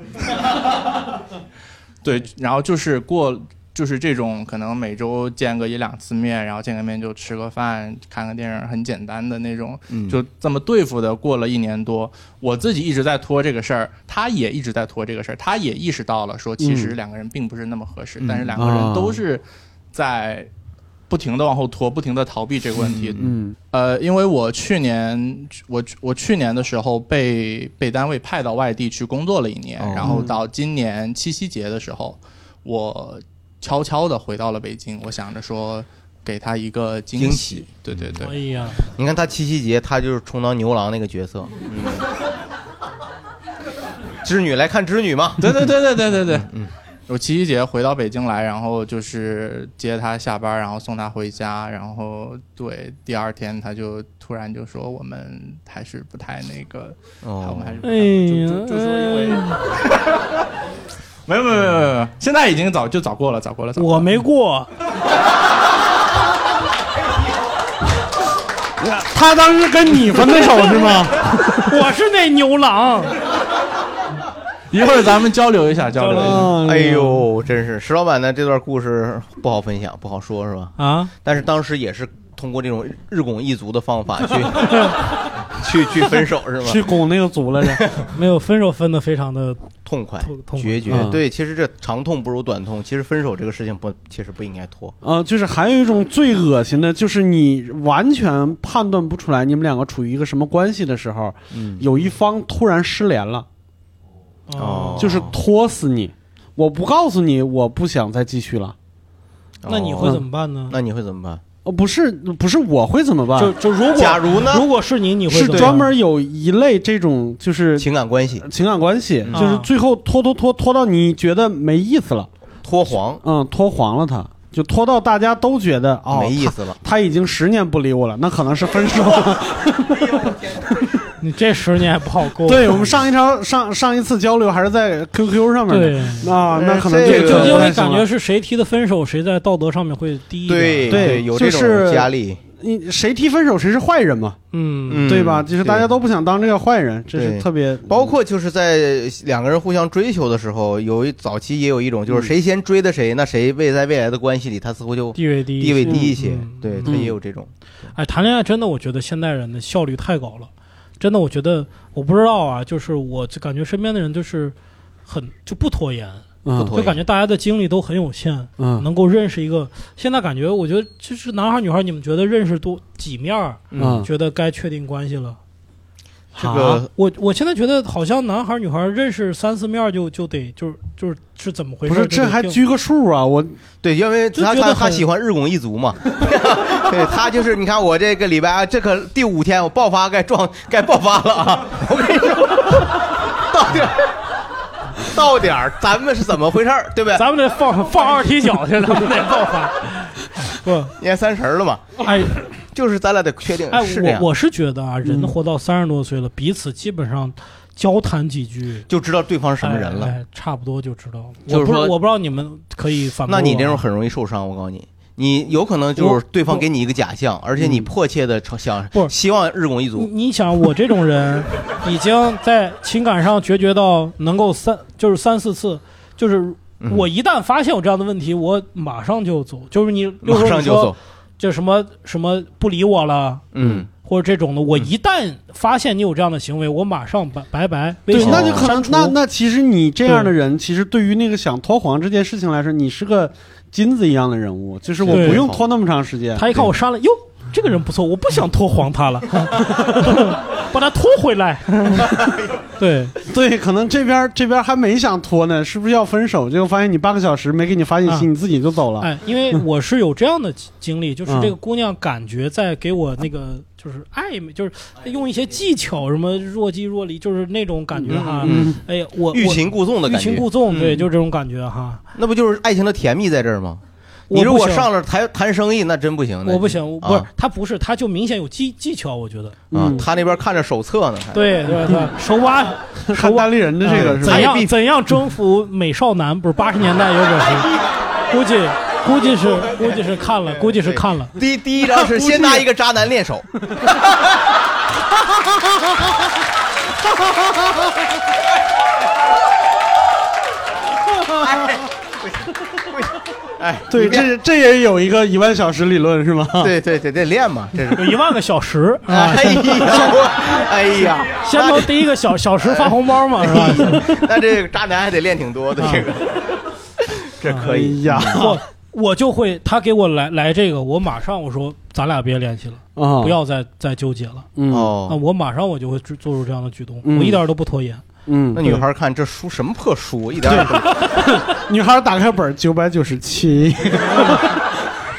对，然后就是这种可能每周见个1-2次面，然后见个面就吃个饭看个电影，很简单的那种，就这么对付的过了1年多。我自己一直在拖这个事儿，他也一直在拖这个事儿，他也意识到了说其实2个人并不是那么合适，但是2个人都是在不停的往后拖，不停的逃避这个问题。因为我去年的时候被单位派到外地去工作了1年，然后到今年7夕节的时候，我悄悄的回到了北京，我想着说给他一个惊喜。对。 哎呀， 你看他7夕节，他就是充当牛郎那个角色。织女来看织女嘛。 对。 我七夕节回到北京来，然后就是接他下班，然后送他回家，然后对，第二天他就突然就说我们还是不太那个，我们还是不太就说因为没有，现在已经早过了。 我没过。 他当时跟你分的手是吗？ 我是那牛郎。 一会儿咱们交流一下。 哎呦，真是石老板的这段故事不好分享，不好说是吧？ 啊！ 但是当时也是通过这种日拱一卒的方法去分手是吧？ 去拱那个卒了是？ 没有，分手分得非常的痛快决绝。对，其实这长痛不如短痛，其实分手这个事情其实不应该拖。 就是还有一种最恶心的，就是你完全判断不出来你们两个处于一个什么关系的时候，有一方突然失联了。就是拖死你，我不告诉你，我不想再继续了。 那你会怎么办呢？ 那你会怎么办？ 不是我会怎么办？ 就如果假如呢？ 如果是你会是专门有一类这种就是情感关系， 就是最后拖到你觉得没意思了， 拖黄， 拖黄了他。就拖到大家都觉得没意思了， 他已经10年不理我了，那可能是分手了。 你这10年不好过。 对，我们上一次交流还是在 QQ 上面的。 对， 那可能就因为感觉是谁提的分手，谁在道德上面会低一点。 对，有这种压力。 你谁提分手谁是坏人嘛？对吧？就是大家都不想当这个坏人，这是特别。 包括就是在两个人互相追求的时候，早期也有一种就是谁先追的谁，那谁在未来的关系里他似乎就地位低一些。对，他也有这种。 谈恋爱真的，我觉得现代人的效率太高了。真的，我觉得我不知道啊，就是我就感觉身边的人就是就不拖延。就感觉大家的精力都很有限，能够认识一个。现在感觉，我觉得就是男孩女孩，你们觉得认识几面觉得该确定关系了。 这个我现在觉得好像男孩女孩认识3、4面就得就是怎么回事？ 不是，这还拘个数啊！ 对，因为他喜欢日拱一卒嘛。对，他就是你看我这个礼拜这个第5天我爆发该爆发了啊！我跟你说，到点儿，咱们是怎么回事对不对？ 咱们得放2踢脚去，咱们得爆发。不， 年30了嘛？ 哎， 就是咱俩得确定是这样。 我是觉得啊，人活到30多岁了，彼此基本上交谈几句就知道对方是什么人了， 差不多就知道。 就是说， 我不知道你们可以反驳我。 那你这种很容易受伤，我告诉你。你有可能就是对方给你一个假象，而且你迫切的希望日拱一卒。 你想，我这种人已经在情感上决绝到能够3、4次，就是我一旦发现有这样的问题，我马上就走。就是你马上就走， 就什么不理我了，或者这种的，我一旦发现你有这样的行为，我马上拜拜。 对，那就可能那其实你这样的人，其实对于那个想拖黄这件事情来说，你是个金子一样的人物，就是我不用拖那么长时间。 他一看我删了，哟，这个人不错，我不想拖黄他了，把他拖回来。 对，可能这边还没想拖呢，是不是要分手？结果发现你8个小时没给你发信息，你自己就走了。 因为我是有这样的经历，就是这个姑娘感觉在给我那个就是暧昧，就是用一些技巧，什么若即若离，就是那种感觉哈。哎呀，我欲擒故纵的感觉， 欲擒故纵，对，就这种感觉哈。 那不就是爱情的甜蜜在这儿吗？你如果上了谈生意，那真不行。 我不行，不是，他就明显有技巧，我觉得。 他那边看着手册呢。 对，手挖单立人的这个是怎样征服美少男？不是80年代有本书，估计是看了。 第一章是先拿一个渣男练手。 对，这也有一个1万小时理论是吗？ 对，得练嘛，这是有1万个小时。 哎呀， 先从第1个小时发红包嘛，是吧？ 那这个渣男还得练挺多的，这可以呀。 我就会，他给我来这个，我马上我说咱俩别联系了，不要再纠结了。那我马上我就会做出这样的举动，我一点都不拖延。 那女孩看这书什么破书，一点也不。 女孩打开本997。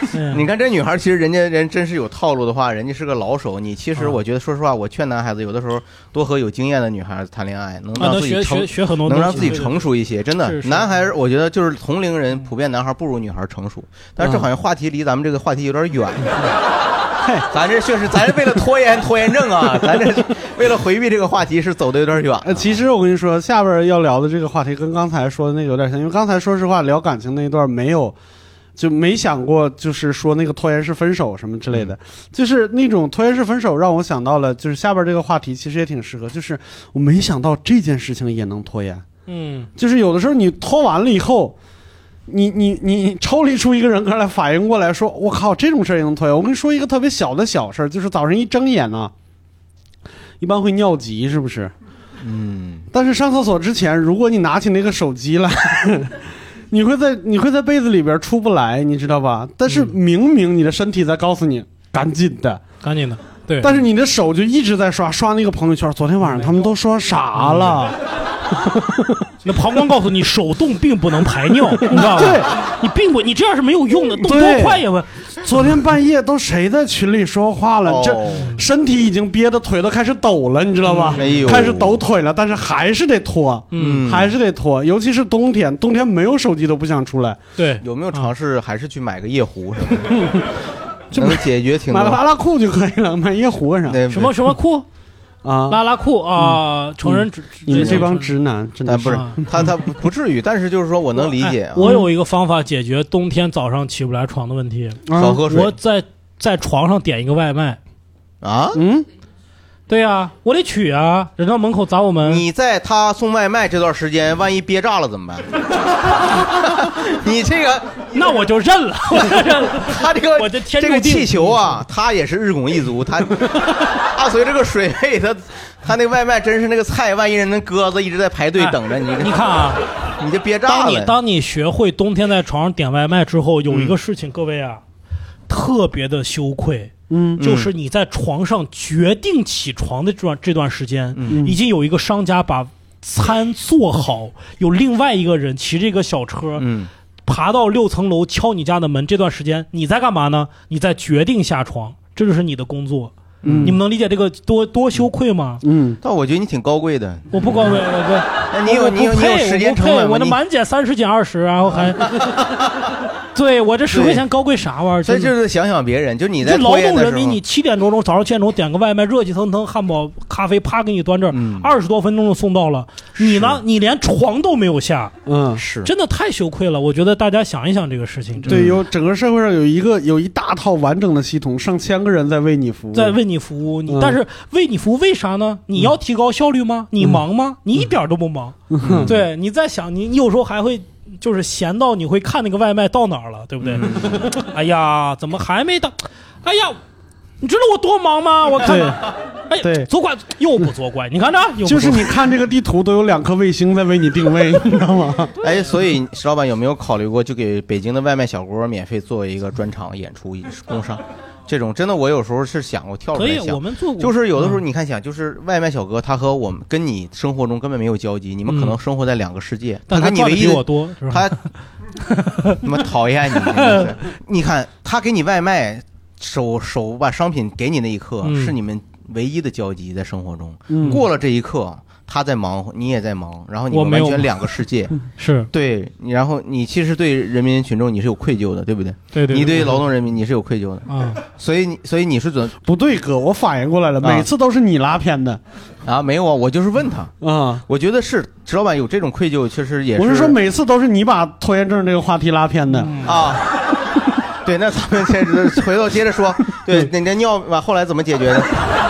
你看这女孩，其实人真是有套路的话，人家是个老手。你其实我觉得，说实话，我劝男孩子有的时候多和有经验的女孩子谈恋爱，能让自己学很多， 能让自己成熟一些。真的，男孩我觉得就是同龄人普遍男孩不如女孩成熟，但是这好像话题离咱们这个话题有点远。咱这确实，咱是为了拖延症啊，咱这为了回避这个话题是走的有点远。 其实我跟你说，下边要聊的这个话题跟刚才说的那个有点像，因为刚才说实话聊感情那一段没想过，就是说那个拖延式分手什么之类的，就是那种拖延式分手让我想到了，就是下边这个话题其实也挺适合，就是我没想到这件事情也能拖延。就是有的时候你拖完了以后。你抽离出一个人格来反应过来说，我靠，这种事也能拖延。我跟你说一个特别小的小事，就是早上一睁眼呢，一般会尿急，是不是？但是上厕所之前，如果你拿起那个手机来，你会在被子里边出不来，你知道吧？但是明明你的身体在告诉你赶紧的， 对。 但是你的手就一直在刷那个朋友圈。昨天晚上他们都说啥了？ 那膀胱告诉你，手动并不能排尿，你知道吗？ 对， 你这样是没有用的，动多快也问。 昨天半夜都谁在群里说话了？这身体已经憋得腿都开始抖了，你知道吧？开始抖腿了，但是还是得拖，还是得拖。尤其是冬天没有手机都不想出来。 对， 有没有尝试还是去买个夜壶什么的？能解决挺多。 买个拉拉裤就可以了，买夜壶干啥？ 什么裤？拉拉裤啊，成人你们这帮直男真的不是他不至于，但是就是说我能理解。 我有一个方法解决冬天早上起不来床的问题， 少喝水。 我在床上点一个外卖啊， 对呀，我得取啊，人到门口砸我门。 你在他送外卖这段时间，万一憋炸了怎么办？你这个， 那我就认了， 他这个我的天， 这个气球啊，他也是日拱一卒，他随这个水位，他那外卖真是那个菜，万一人那鸽子一直在排队等着你， 你看啊， 你就憋炸了。 当你学会冬天在床上点外卖之后，有一个事情，各位啊，特别的羞愧。就是你在床上决定起床的这段时间，已经有一个商家把餐做好，有另外一个人骑这个小车，爬到6层楼敲你家的门。这段时间你在干嘛呢？你在决定下床，这就是你的工作。你们能理解这个多羞愧吗？ 但我觉得你挺高贵的。 我不高贵， 你有时间成本吗？ 我的满减30减20，然后还对我这10块钱高贵啥玩意儿？ 所以就是想想别人，就你在劳动人民，你7点多钟早上7点钟点个外卖，热气腾腾汉堡咖啡啪给你端这儿，20多分钟就送到了。你呢？你连床都没有下， 是真的太羞愧了。我觉得大家想一想这个事情。 对，整个社会上有一大套完整的系统，上千个人在为你服务， 但是为你服务为啥呢？你要提高效率吗？你忙吗？你一点都不忙。对，你在想你有时候还会就是闲到你会看那个外卖到哪儿了，对不对？哎呀，怎么还没到？哎呀，你知道我多忙吗？我看，哎， 对， 左拐又不左拐，你看着， 就是你看这个地图都有2颗卫星在为你定位，你知道吗？ 哎，所以石老板有没有考虑过，就给北京的外卖小哥免费做一个专场演出工商？这种真的，我有时候是想过跳出来想， 可以，我们做过， 就是有的时候你看想，就是外卖小哥他和我们跟你生活中根本没有交集，你们可能生活在2个世界， 但他跟你唯一的比我多， 他他妈讨厌你，你看他给你外卖手把商品给你那一刻，是你们唯一的交集在生活中，过了这一刻。他在忙，你也在忙，然后你们完全2个世界， 是对，然后你其实对人民群众你是有愧疚的，对不对？ 对， 你对劳动人民你是有愧疚的啊，所以你是不对哥，我反应过来了，每次都是你拉偏的啊，没有啊，我就是问他啊，我觉得是石老板有这种愧疚，确实也是， 我是说每次都是你把拖延症这个话题拉偏的啊。对，那咱们回头接着说，对，那尿吧，后来怎么解决的？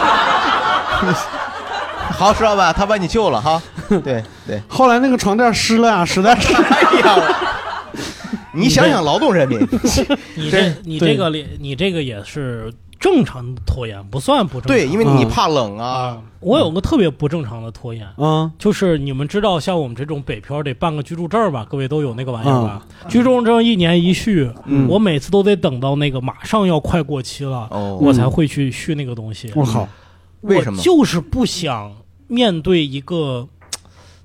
好，石老板，他把你救了哈。对， 后来那个床垫湿了呀，实在是。哎呀， 你想想劳动人民， 你这个也是正常的拖延，不算不正常。 对，因为你怕冷啊。 我有个特别不正常的拖延就是你们知道，像我们这种北漂得办个居住证吧？各位都有那个玩意儿吧？居住证1年1续，我每次都得等到那个马上要快过期了，我才会去续那个东西。 我靠， 为什么？ 就是不想面对一个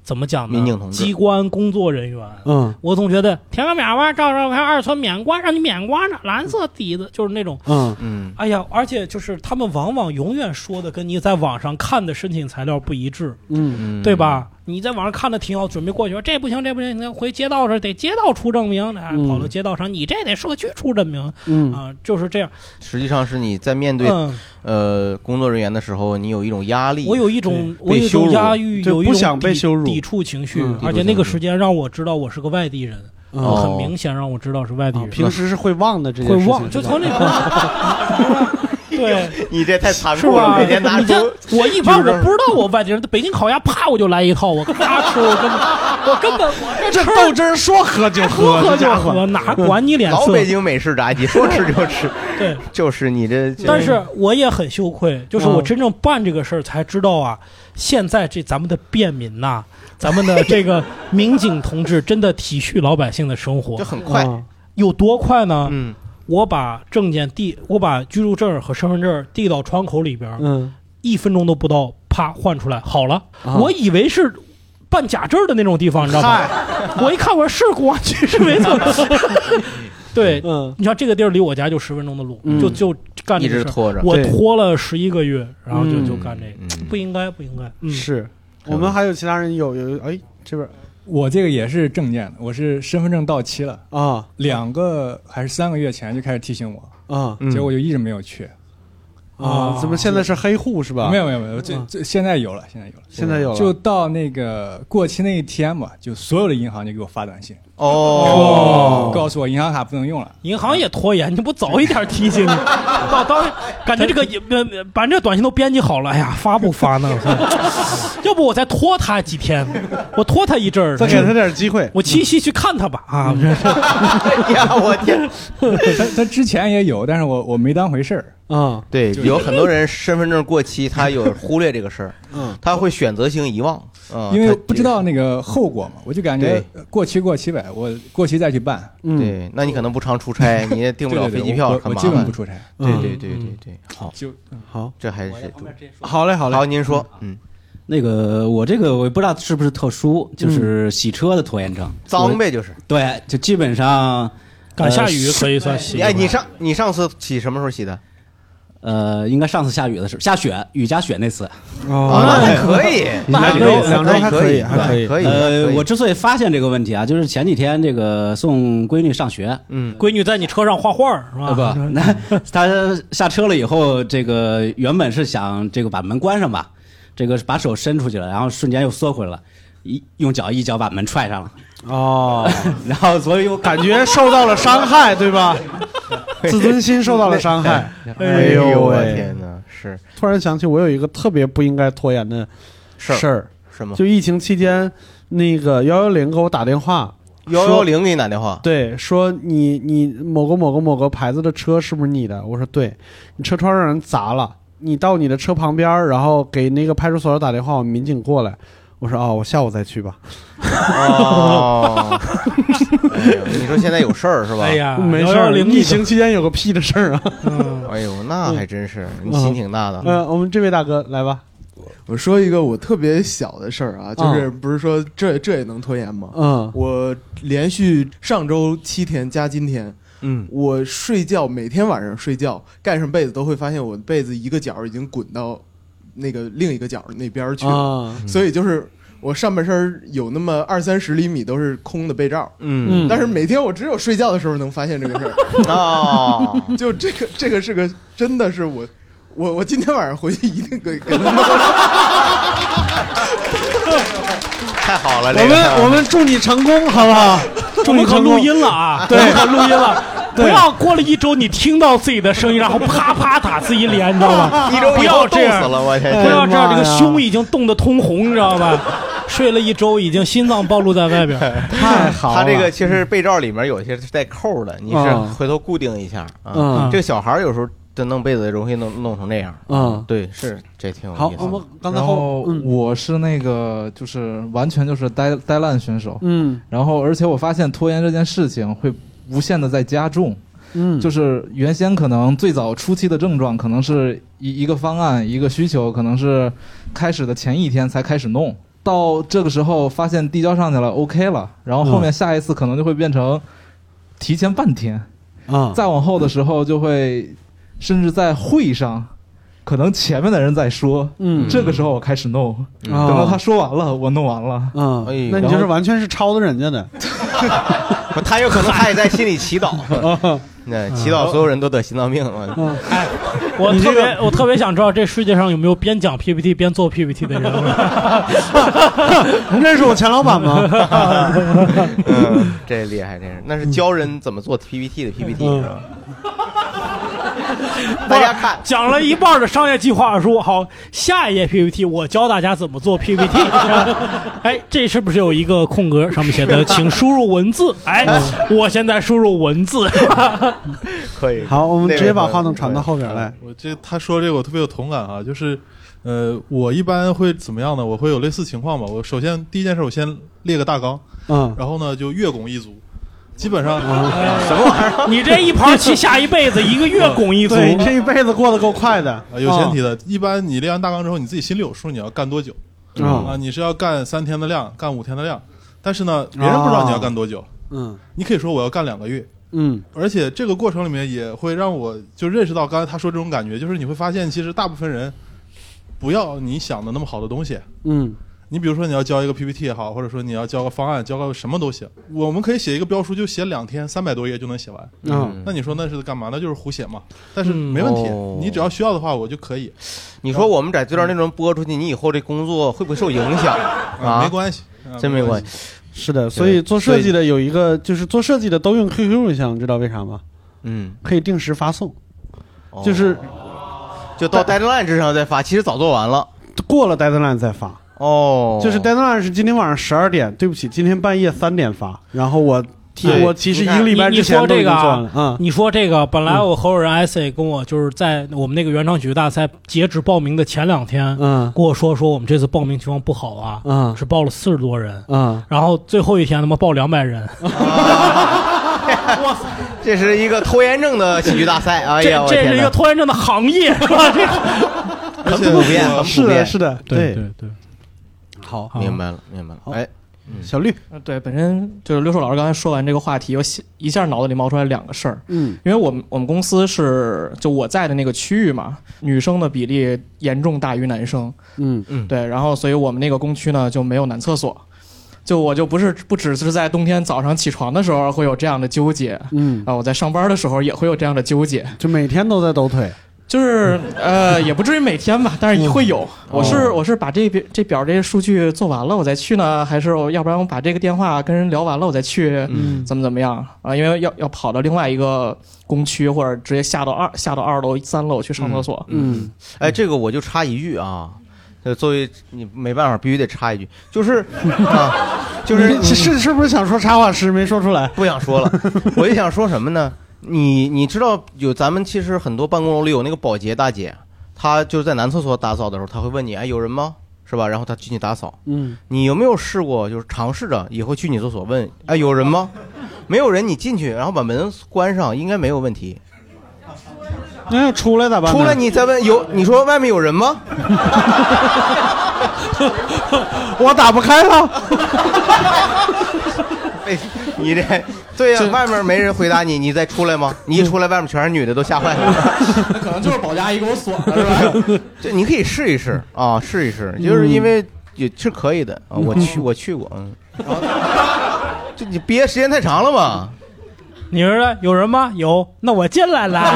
怎么讲呢？ 民警同志， 机关工作人员。我总觉得填个表吧，照看2寸免冠，让你免冠呢，蓝色底子就是那种。哎呀，而且就是他们往往永远说的跟你在网上看的申请材料不一致。对吧？你在网上看的挺好，准备过去说这不行，你回街道这得街道出证明，跑到街道上，你这得社区出证明。就是这样。实际上是你在面对工作人员的时候，你有一种压力， 我有一种压抑，有一种不想被羞辱、抵触情绪，而且那个时间让我知道我是个外地人。很明显让我知道是外地人， 平时是会忘的这件事情， 会忘，就从那个。对， 你这太残酷了，每天拿出。 我一般我不知道我外地人，北京烤鸭啪我就来一套，我咔吃，我根本这豆汁说喝就喝， 哪管你脸色？ 老北京美式炸鸡说吃就吃， 对， 就是你这。 但是我也很羞愧，就是我真正办这个事儿才知道啊，现在这咱们的便民呐。咱们的这个民警同志真的体恤老百姓的生活， 就很快， 有多快呢？我把证件我把居住证和身份证递到窗口里边，1分钟都不到，啪换出来好了。我以为是办假证的那种地方，你知道吗？我一看，我说是公安局，是没错。对，你像这个地儿离我家就10分钟的路，就干这个事， 一直拖着， 我拖了11个月，然后就干这个，不应该。 是。我们还有其他人有这边我这个也是证件的，我是身份证到期了啊，2个还是3个月前就开始提醒我啊，结果我就一直没有去啊。怎么现在是黑户是吧？ 没有，这现在有了，就到那个过期那一天嘛，就所有的银行就给我发短信告诉我银行卡不能用了。 银行也拖延，你不早一点提醒你？当感觉这个把这短信都编辑好了，哎呀，发不发呢？要不我再拖他几天，我拖他一阵儿， 再给他点机会， 我7夕去看他吧啊！ 哎呀，我天！ 他之前也有，但是我没当回事儿啊。对，有很多人身份证过期，他有忽略这个事儿，他会选择性遗忘， 因为不知道那个后果嘛，我就感觉过期呗，我过期再去办。 对，那你可能不常出差，你也订不了飞机票， 我基本不出差。 对，好，这还是好嘞， 好，您说， 那个我这个我也不知道是不是特殊，就是洗车的拖延症， 脏呗，就是对，就基本上赶下雨可以算洗。 哎，你上次洗什么时候洗的？ 应该上次下雨的时候，下雪，雨夹雪那次。 那还可以 ，2周还可以。 我之所以发现这个问题啊，就是前几天这个送闺女上学， 闺女在你车上画画是吧？ 不，那她下车了以后，这个原本是想这个把门关上吧，这个把手伸出去了，然后瞬间又缩回来了，用脚一脚把门踹上了。然后所以我感觉受到了伤害，对吧？自尊心受到了伤害。 哎呦我天哪！是突然想起我有一个特别不应该拖延的事儿， 什么？ 就疫情期间，那个110给我打电话 ，110给你打电话， 对，说你某个牌子的车是不是你的？我说对，你车窗让人砸了，你到你的车旁边，然后给那个派出所打电话，我们民警过来。我说我下午再去吧。 你说现在有事儿是吧？ 哎呀， 没事儿。疫情期间有个屁的事儿啊！ 哎呦，那还真是，你心挺大的。 我们这位大哥来吧。 我说一个我特别小的事儿啊，就是不是说这也能拖延吗？我连续上周7天加今天，我睡觉每天晚上睡觉盖上被子都会发现我的被子一个角已经滚到那个另一个角那边去了，所以就是我上半身有那么20-30厘米都是空的被罩，但是每天我只有睡觉的时候能发现这个事儿就这个是个真的是我今天晚上回去一定给他们太好了， 我们祝你成功，好不好？ 祝你可录音了啊！对，录音了。不要过了1周，你听到自己的声音，然后啪啪打自己脸，你知道吗 ？1周不要这样， 冻死了，我天！ 不要这样，这个胸已经冻得通红，你知道吧？睡了1周，已经心脏暴露在外边， 太好了。 他这个其实被罩里面有些是带扣的，你是回头固定一下啊。这个小孩有时候这弄被子容易弄成这样。对，是这挺有意思。 好，我们刚才我是那个就是完全就是呆烂选手。然后而且我发现拖延这件事情会无限的在加重。就是原先可能最早初期的症状可能是一个方案一个需求，可能是开始的前1天才开始弄， 到这个时候发现递交上去了 OK 了，然后后面下一次可能就会变成提前半天再往后的时候就会甚至在会上可能前面的人在说这个时候我开始弄等到他说完了我弄完了那你就是完全是抄的人家的他有可能他也在心里祈祷那祈祷所有人都得心脏病哎，我特别想知道这世界上有没有边讲 PPT 边做 PPT 的人认识我钱老板吗这厉害，这是那是教人怎么做 PPT 的 PPT 是吧大家看讲了一半的商业计划书，好，下一页 PPT 我教大家怎么做 PPT 哎，这是不是有一个空格上面写的请输入文字哎，我现在输入文字可以好，我们直接把话筒传到后边来我这他说这个我特别有同感啊，就是我一般会怎么样呢？我会有类似情况吧。我首先第一件事我先列个大纲然后呢就月拱一卒基本上什么玩意儿？你这一盘棋下一辈子，一个月拱一卒， 对，这一辈子过得够快的。 有前提的，一般你列完大纲之后，你自己心里有数，你要干多久你是要干3天的量，干5天的量，但是呢，别人不知道你要干多久。你可以说我要干2个月。而且这个过程里面也会让我就认识到刚才他说这种感觉，就是你会发现，其实大部分人不要你想的那么好的东西。你比如说你要交一个 PPT 也好，或者说你要交个方案，交个什么都行，我们可以写一个标书，就写2天300多页就能写完。那你说那是干嘛？那就是胡写嘛。但是没问题，你只要需要的话，我就可以。 你说我们在这段内容播出去，你以后这工作会不会受影响没关系， 真没关系。 是的，所以做设计的有一个，就是做设计的都用 QQ 邮箱，知道为啥吗？可以定时发送， 就到 deadline 之上再发，其实早做完了， 过了 deadline 再发。就是 deadline 是今天晚上12点，对不起，今天半夜3点发，然后我其实1个礼拜之前都已经做了。 你说这个，本来我合伙人 IC 跟我就是在我们那个原创喜剧大赛截止报名的前2天，跟我说我们这次报名情况不好啊，是报了40多人，然后最后一天他妈报200人。 哇塞，这是一个拖延症的喜剧大赛，哎呀， 这是一个拖延症的行业，是吧？ 很普遍， 是的，对。 好，明白了。哎， 小绿， 对，本身就是刘硕老师刚才说完这个话题，我一下脑子里冒出来2个事儿。因为我们公司是就我在的那个区域嘛，女生的比例严重大于男生。对，然后所以我们那个工区呢就没有男厕所。我就不只是在冬天早上起床的时候会有这样的纠结，我在上班的时候也会有这样的纠结， 就每天都在抖腿。 就是也不至于每天吧，但是会有。我是把这表这些数据做完了我再去呢，还是要不然我把这个电话跟人聊完了我再去，怎么样啊？因为要跑到另外一个工区，或者直接下到2楼3楼去上厕所。 哎，这个我就插一句啊，作为你没办法，必须得插一句，就是是不是想说插画师没说出来？ 不想说了，我就想说什么呢？你知道咱们其实很多办公楼里有那个保洁大姐，她就是在男厕所打扫的时候，她会问你，哎，有人吗？是吧？然后她进去打扫。你有没有试过，就是尝试着以后去女厕所问，哎，有人吗？没有人，你进去，然后把门关上，应该没有问题。 那要出来咋办？ 出来你再问你说外面有人吗？ 我打不开了。 你这对呀，外面没人回答你，你再出来吗？你一出来，外面全是女的，都吓坏了。 那可能就是保洁阿姨给我锁了，是吧？ 这你可以试一试啊，试一试，就是因为也是可以的啊。我去过，这你憋时间太长了吧？ 你说有人吗？有，那我进来了。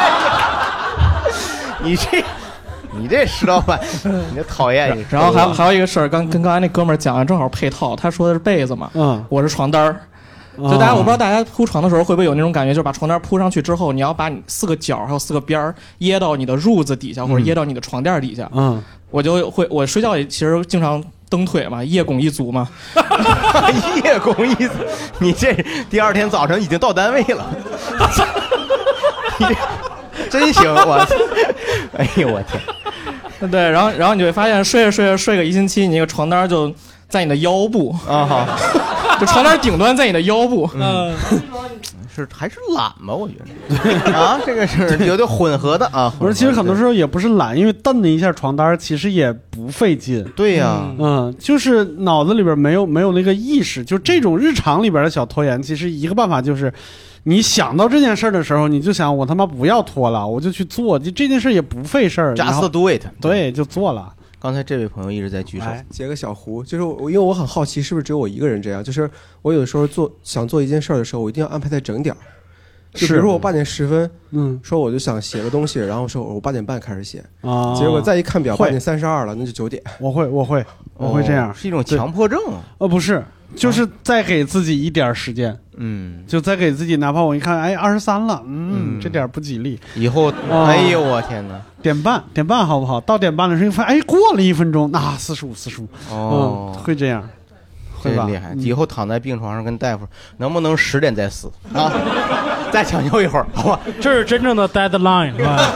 你这石老板，你这讨厌你。 然后还有一个事儿，跟刚才那哥们儿讲完，正好配套。他说的是被子嘛，我是床单儿。就我不知道大家铺床的时候会不会有那种感觉，就是把床单铺上去之后，你要把你4个角还有4个边儿掖到你的褥子底下，或者掖到你的床垫底下。我睡觉也其实经常蹬腿嘛，夜拱一卒嘛。 夜拱一卒，你这第2天早上已经到单位了。你真行，我，哎呦我天。 对，然后你就会发现睡着睡着睡个1星期，你那个床单就在你的腰部啊，就床单顶端在你的腰部， 是还是懒吧？我觉得啊，这个是有点混合的啊。 不是，其实很多时候也不是懒，因为蹬了一下床单，其实也不费劲。 对呀， 就是脑子里边没有那个意识，就这种日常里边的小拖延，其实一个办法就是。你想到这件事的时候，你就想我他妈不要拖了，我就去做，这件事也不费事儿 ，just do it， 对，就做了。 刚才这位朋友一直在举手， 截个小弧，就是因为我很好奇，是不是只有我一个人这样？就是我有的时候想做一件事的时候，我一定要安排在整点儿。就比如说我8点10分，说我就想写个东西，然后说我8点半开始写，结果再一看表8点32了，那就9点。 我会这样， 是一种强迫症啊？不是。就是再给自己一点时间，就再给自己，哪怕我一看，哎，23了，这点不吉利。 以后，哎呦我天哪， 点半好不好？到点半的时候，发现哎，过了1分钟，那45，会这样，会吧？ 厉害！以后躺在病床上跟大夫，能不能10点再死啊？再抢救一会儿，好吧？ 这是真正的 deadline， 是吧？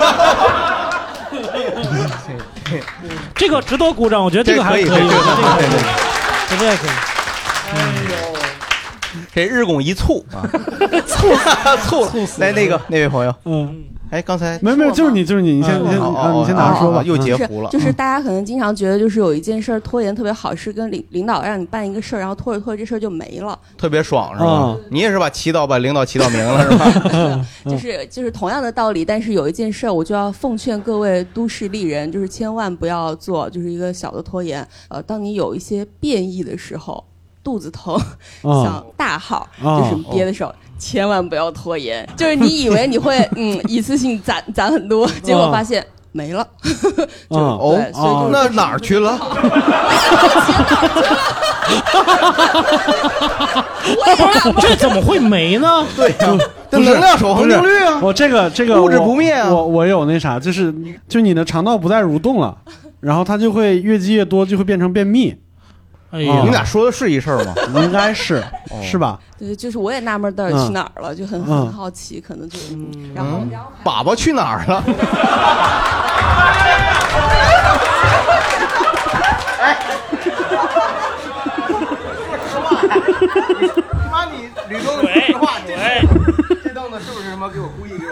这个值得鼓掌，我觉得这个还可以，这个也可以。 哎呦，这日拱一促啊，促来那位朋友，哎，刚才没有，就是你，你先拿着说吧， 又截胡了。 就是大家可能经常觉得，就是有一件事拖延特别好，是跟领导让你办一个事儿，然后拖着这事儿就没了， 特别爽是吧？你也是把领导祈祷明了是吧？ 就是同样的道理，但是有一件事我就要奉劝各位都市丽人，就是千万不要做，就是一个小的拖延。当你有一些变异的时候。肚子疼，想大号，就是憋的时候，千万不要拖延。就是你以为你会一次性攒很多，结果发现没了。 所以那哪儿去了？ 这怎么会没呢？ 对呀，这能量守恒定律啊！ 我这个物质不灭啊！ 我有那啥，就你的肠道不再蠕动了，然后它就会越积越多，就会变成便秘。 哎呀，你俩说的是一事儿吗？ 应该是，是吧？ 对，就是我也纳闷到底去哪儿了，就很好奇，可能就然后粑粑去哪儿了？哎，妈，你吕东说实话，这凳子是不是他妈给我故意给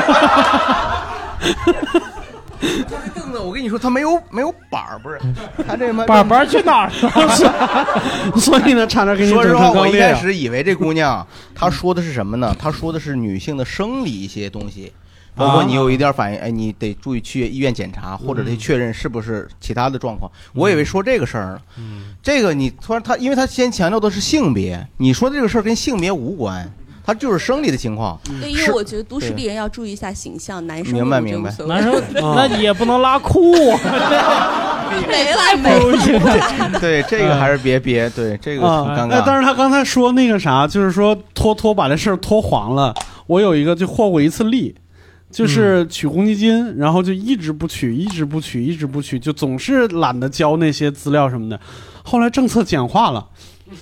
我？这凳子，我跟你说，它没有板儿，不是？它这板去哪儿了？所以呢，差点给你整成说实话，我一开始以为这姑娘她说的是什么呢？她说的是女性的生理一些东西，包括你有一点反应，哎，你得注意去医院检查，或者得确认是不是其他的状况。我以为说这个事儿呢，这个你突然因为他先强调的是性别，你说的这个事儿跟性别无关。它就是生理的情况。 对，因为我觉得都市丽人要注意一下形象，男生明白， 男生那你也不能拉裤， 没了。 对，这个还是别，对，这个挺尴尬。 但是他刚才说那个啥，就是说拖把这事儿拖黄了。我有一个就获过一次例，就是取公积金，然后就一直不取，就总是懒得交那些资料什么的。后来政策简化了。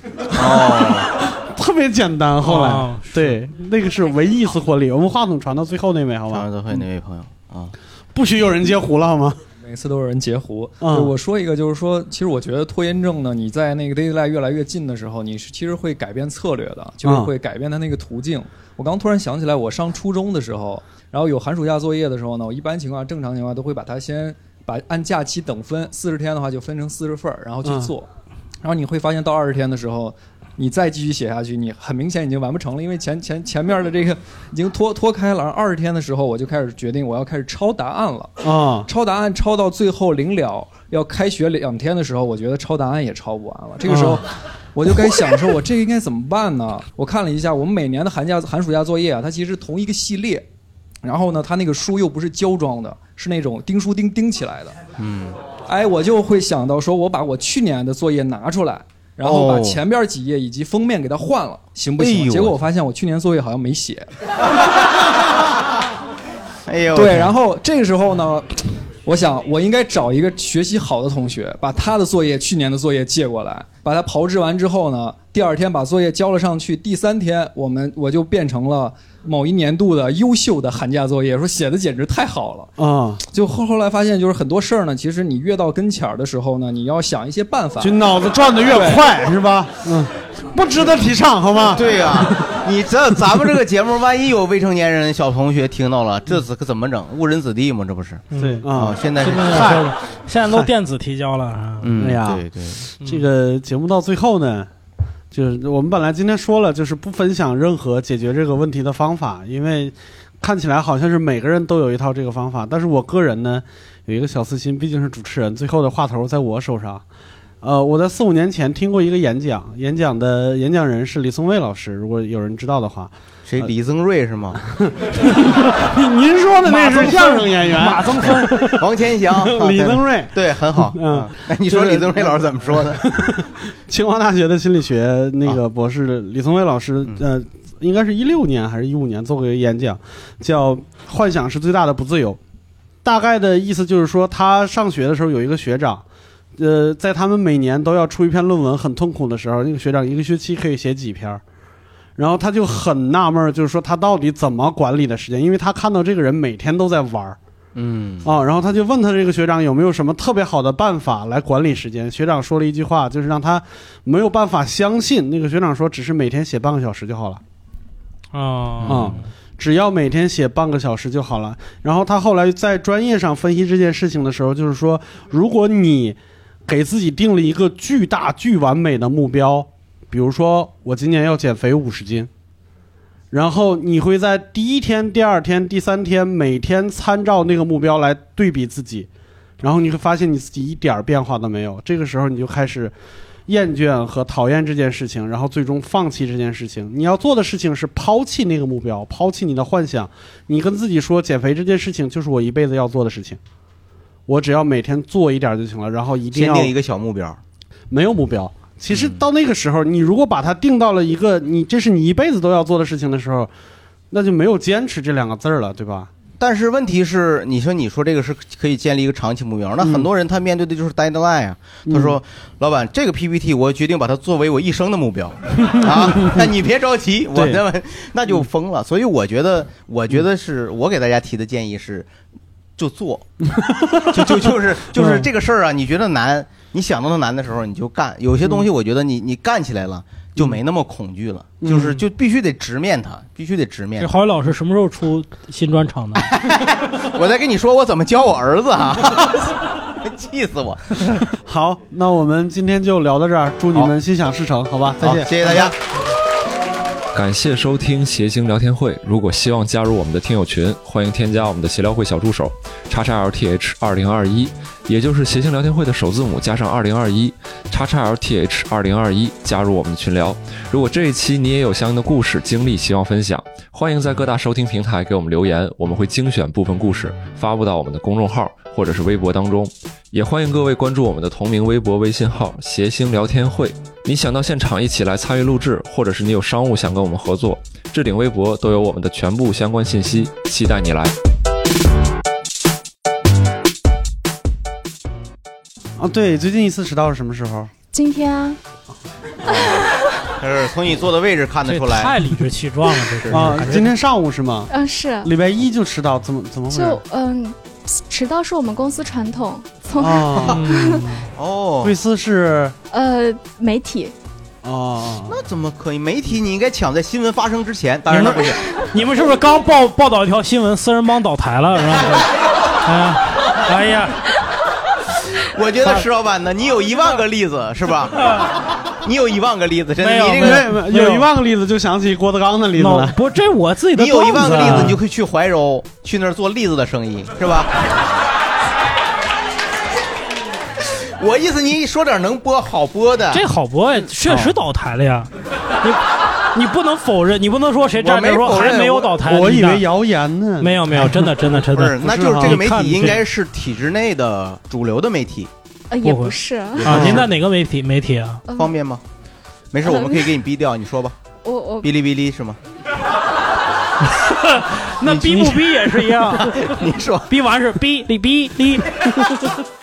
特别简单。后来，对，那个是唯一一次获利。我们话筒传到最后那位，好吧？ 传到最后那位朋友啊， 不许有人截胡了，好吗？ 每次都有人截胡。我说一个，就是说，其实我觉得拖延症呢，你在那个 deadline 越来越近的时候，你是其实会改变策略的，就是会改变它那个途径。我刚突然想起来，我上初中的时候，然后有寒暑假作业的时候呢，我一般情况正常情况都会把它先按假期等分，40天的话就分成40份，然后去做。然后你会发现到20天的时候，你再继续写下去，你很明显已经完不成了，因为前面的这个已经拖开了。20天的时候，我就开始决定我要开始抄答案了。抄答案抄到最后临了要开学2天的时候，我觉得抄答案也抄不完了。这个时候，我就该想说，我这个应该怎么办呢？我看了一下，我们每年的寒暑假作业啊，它其实同一个系列，然后呢，它那个书又不是胶装的，是那种钉书钉起来的。我就会想到说，我把我去年的作业拿出来。然后把前边几页以及封面给它换了，行不行？结果我发现我去年作业好像没写。对，然后这个时候呢，我想我应该找一个学习好的同学，把他的作业去年的作业借过来， 把它炮制完之后呢，第2天把作业交了上去，第3天我就变成了某一年度的优秀的寒假作业，说写的简直太好了啊！就后来发现，就是很多事儿呢，其实你越到跟前儿的时候呢，你要想一些办法， 就脑子转得越快，是吧？不值得提倡，好吗？ 对呀，你咱们这个节目，万一有未成年人小同学听到了，这可怎么整？误人子弟吗？这不是？ 对啊， 现在现在都电子提交了。 哎呀， 对， 这个节目到最后呢。就是我们本来今天说了，就是不分享任何解决这个问题的方法，因为看起来好像是每个人都有一套这个方法。但是我个人呢，有一个小私心，毕竟是主持人，最后的话头在我手上。我在4、5年前听过一个演讲的演讲人是李松蔚老师，如果有人知道的话。 谁？李增瑞是吗？ 您说的那是相声演员马增峰、 王千祥、 李增瑞， 对，很好。你说李增瑞老师怎么说的？ 清华大学的心理学那个博士李松蔚老师，应该是16年还是15年做过一个演讲，叫《幻想是最大的不自由》。大概的意思就是说，他上学的时候有一个学长，在他们每年都要出一篇论文很痛苦的时候，那个学长1个学期可以写几篇。然后他就很纳闷，就是说他到底怎么管理的时间，因为他看到这个人每天都在玩，然后他就问他这个学长有没有什么特别好的办法来管理时间。学长说了一句话，就是让他没有办法相信。那个学长说，只是每天写半个小时就好了。只要每天写半个小时就好了。然后他后来在专业上分析这件事情的时候，就是说，如果你给自己定了一个巨大巨完美的目标，比如说我今年要减肥50斤，然后你会在第1天、第2天、第3天每天参照那个目标来对比自己，然后你会发现你自己一点变化都没有。这个时候你就开始厌倦和讨厌这件事情，然后最终放弃这件事情。你要做的事情是抛弃那个目标，抛弃你的幻想。你跟自己说，减肥这件事情就是我一辈子要做的事情，我只要每天做一点就行了，然后一定要先定一个小目标。 没有目标，其实到那个时候，你如果把它定到了一个这是你一辈子都要做的事情的时候，那就没有坚持这2个字了，对吧？ 但是问题是，你说这个是可以建立一个长期目标，那很多人他面对的就是 deadline 啊。他说：“老板，这个 PPT 我决定把它作为我一生的目标啊，那你别着急，那就疯了。”所以我觉得是我给大家提的建议是，就做，就是这个事儿啊，你觉得难，你想到它难的时候你就干。有些东西我觉得你干起来了。就没那么恐惧了，就必须得直面它，必须得直面。 这郝宇老师什么时候出新专场呢？ 我再跟你说我怎么教我儿子啊，气死我！ 好，那我们今天就聊到这儿，祝你们心想事成，好吧？再见， 谢谢大家。 感谢收听谐星聊天会。如果希望加入我们的听友群，欢迎添加我们的协聊会小助手XXLTH2021，也就是谐星聊天会的首字母加上2021XXLTH2021，加入我们的群聊。如果这一期你也有相应的故事经历希望分享，欢迎在各大收听平台给我们留言，我们会精选部分故事发布到我们的公众号或者是微博当中。也欢迎各位关注我们的同名微博微信号谐星聊天会。你想到现场一起来参与录制，或者是你有商务想跟我们合作，置顶微博都有我们的全部相关信息，期待你来。 对，最近一次迟到是什么时候？ 今天啊。 是从你坐的位置看得出来， 太理直气壮了，这是啊！今天上午是吗？ 是。 礼拜1就迟到，怎么回事？ 就迟到是我们公司传统。 贵司是媒体。 那怎么可以？媒体你应该抢在新闻发生之前。当然不是。 你们是不是刚报道一条新闻，4人帮倒台了，是吧？哎呀。 我觉得石老板呢，你有1万个例子是吧？你有1万个例子，真的， 你这个有1万个例子，就想起郭德纲的例子了。 不，这我自己的。 你有1万个例子，你就可以去怀柔，去那儿做栗子的生意，是吧？我意思，你说点能播好播的。 这好播呀，确实倒台了呀。你不能否认，你不能说谁站着说还没有倒台。 我以为谣言呢。 没有，真的。 不是，那就是这个媒体应该是体制内的主流的媒体。 也不是啊。您在哪个媒体啊？ 方便吗？没事，我们可以给你逼掉，你说吧。 我哔哩哔哩是吗？ 那逼不逼也是一样。 你说逼完是哔哩哔哩。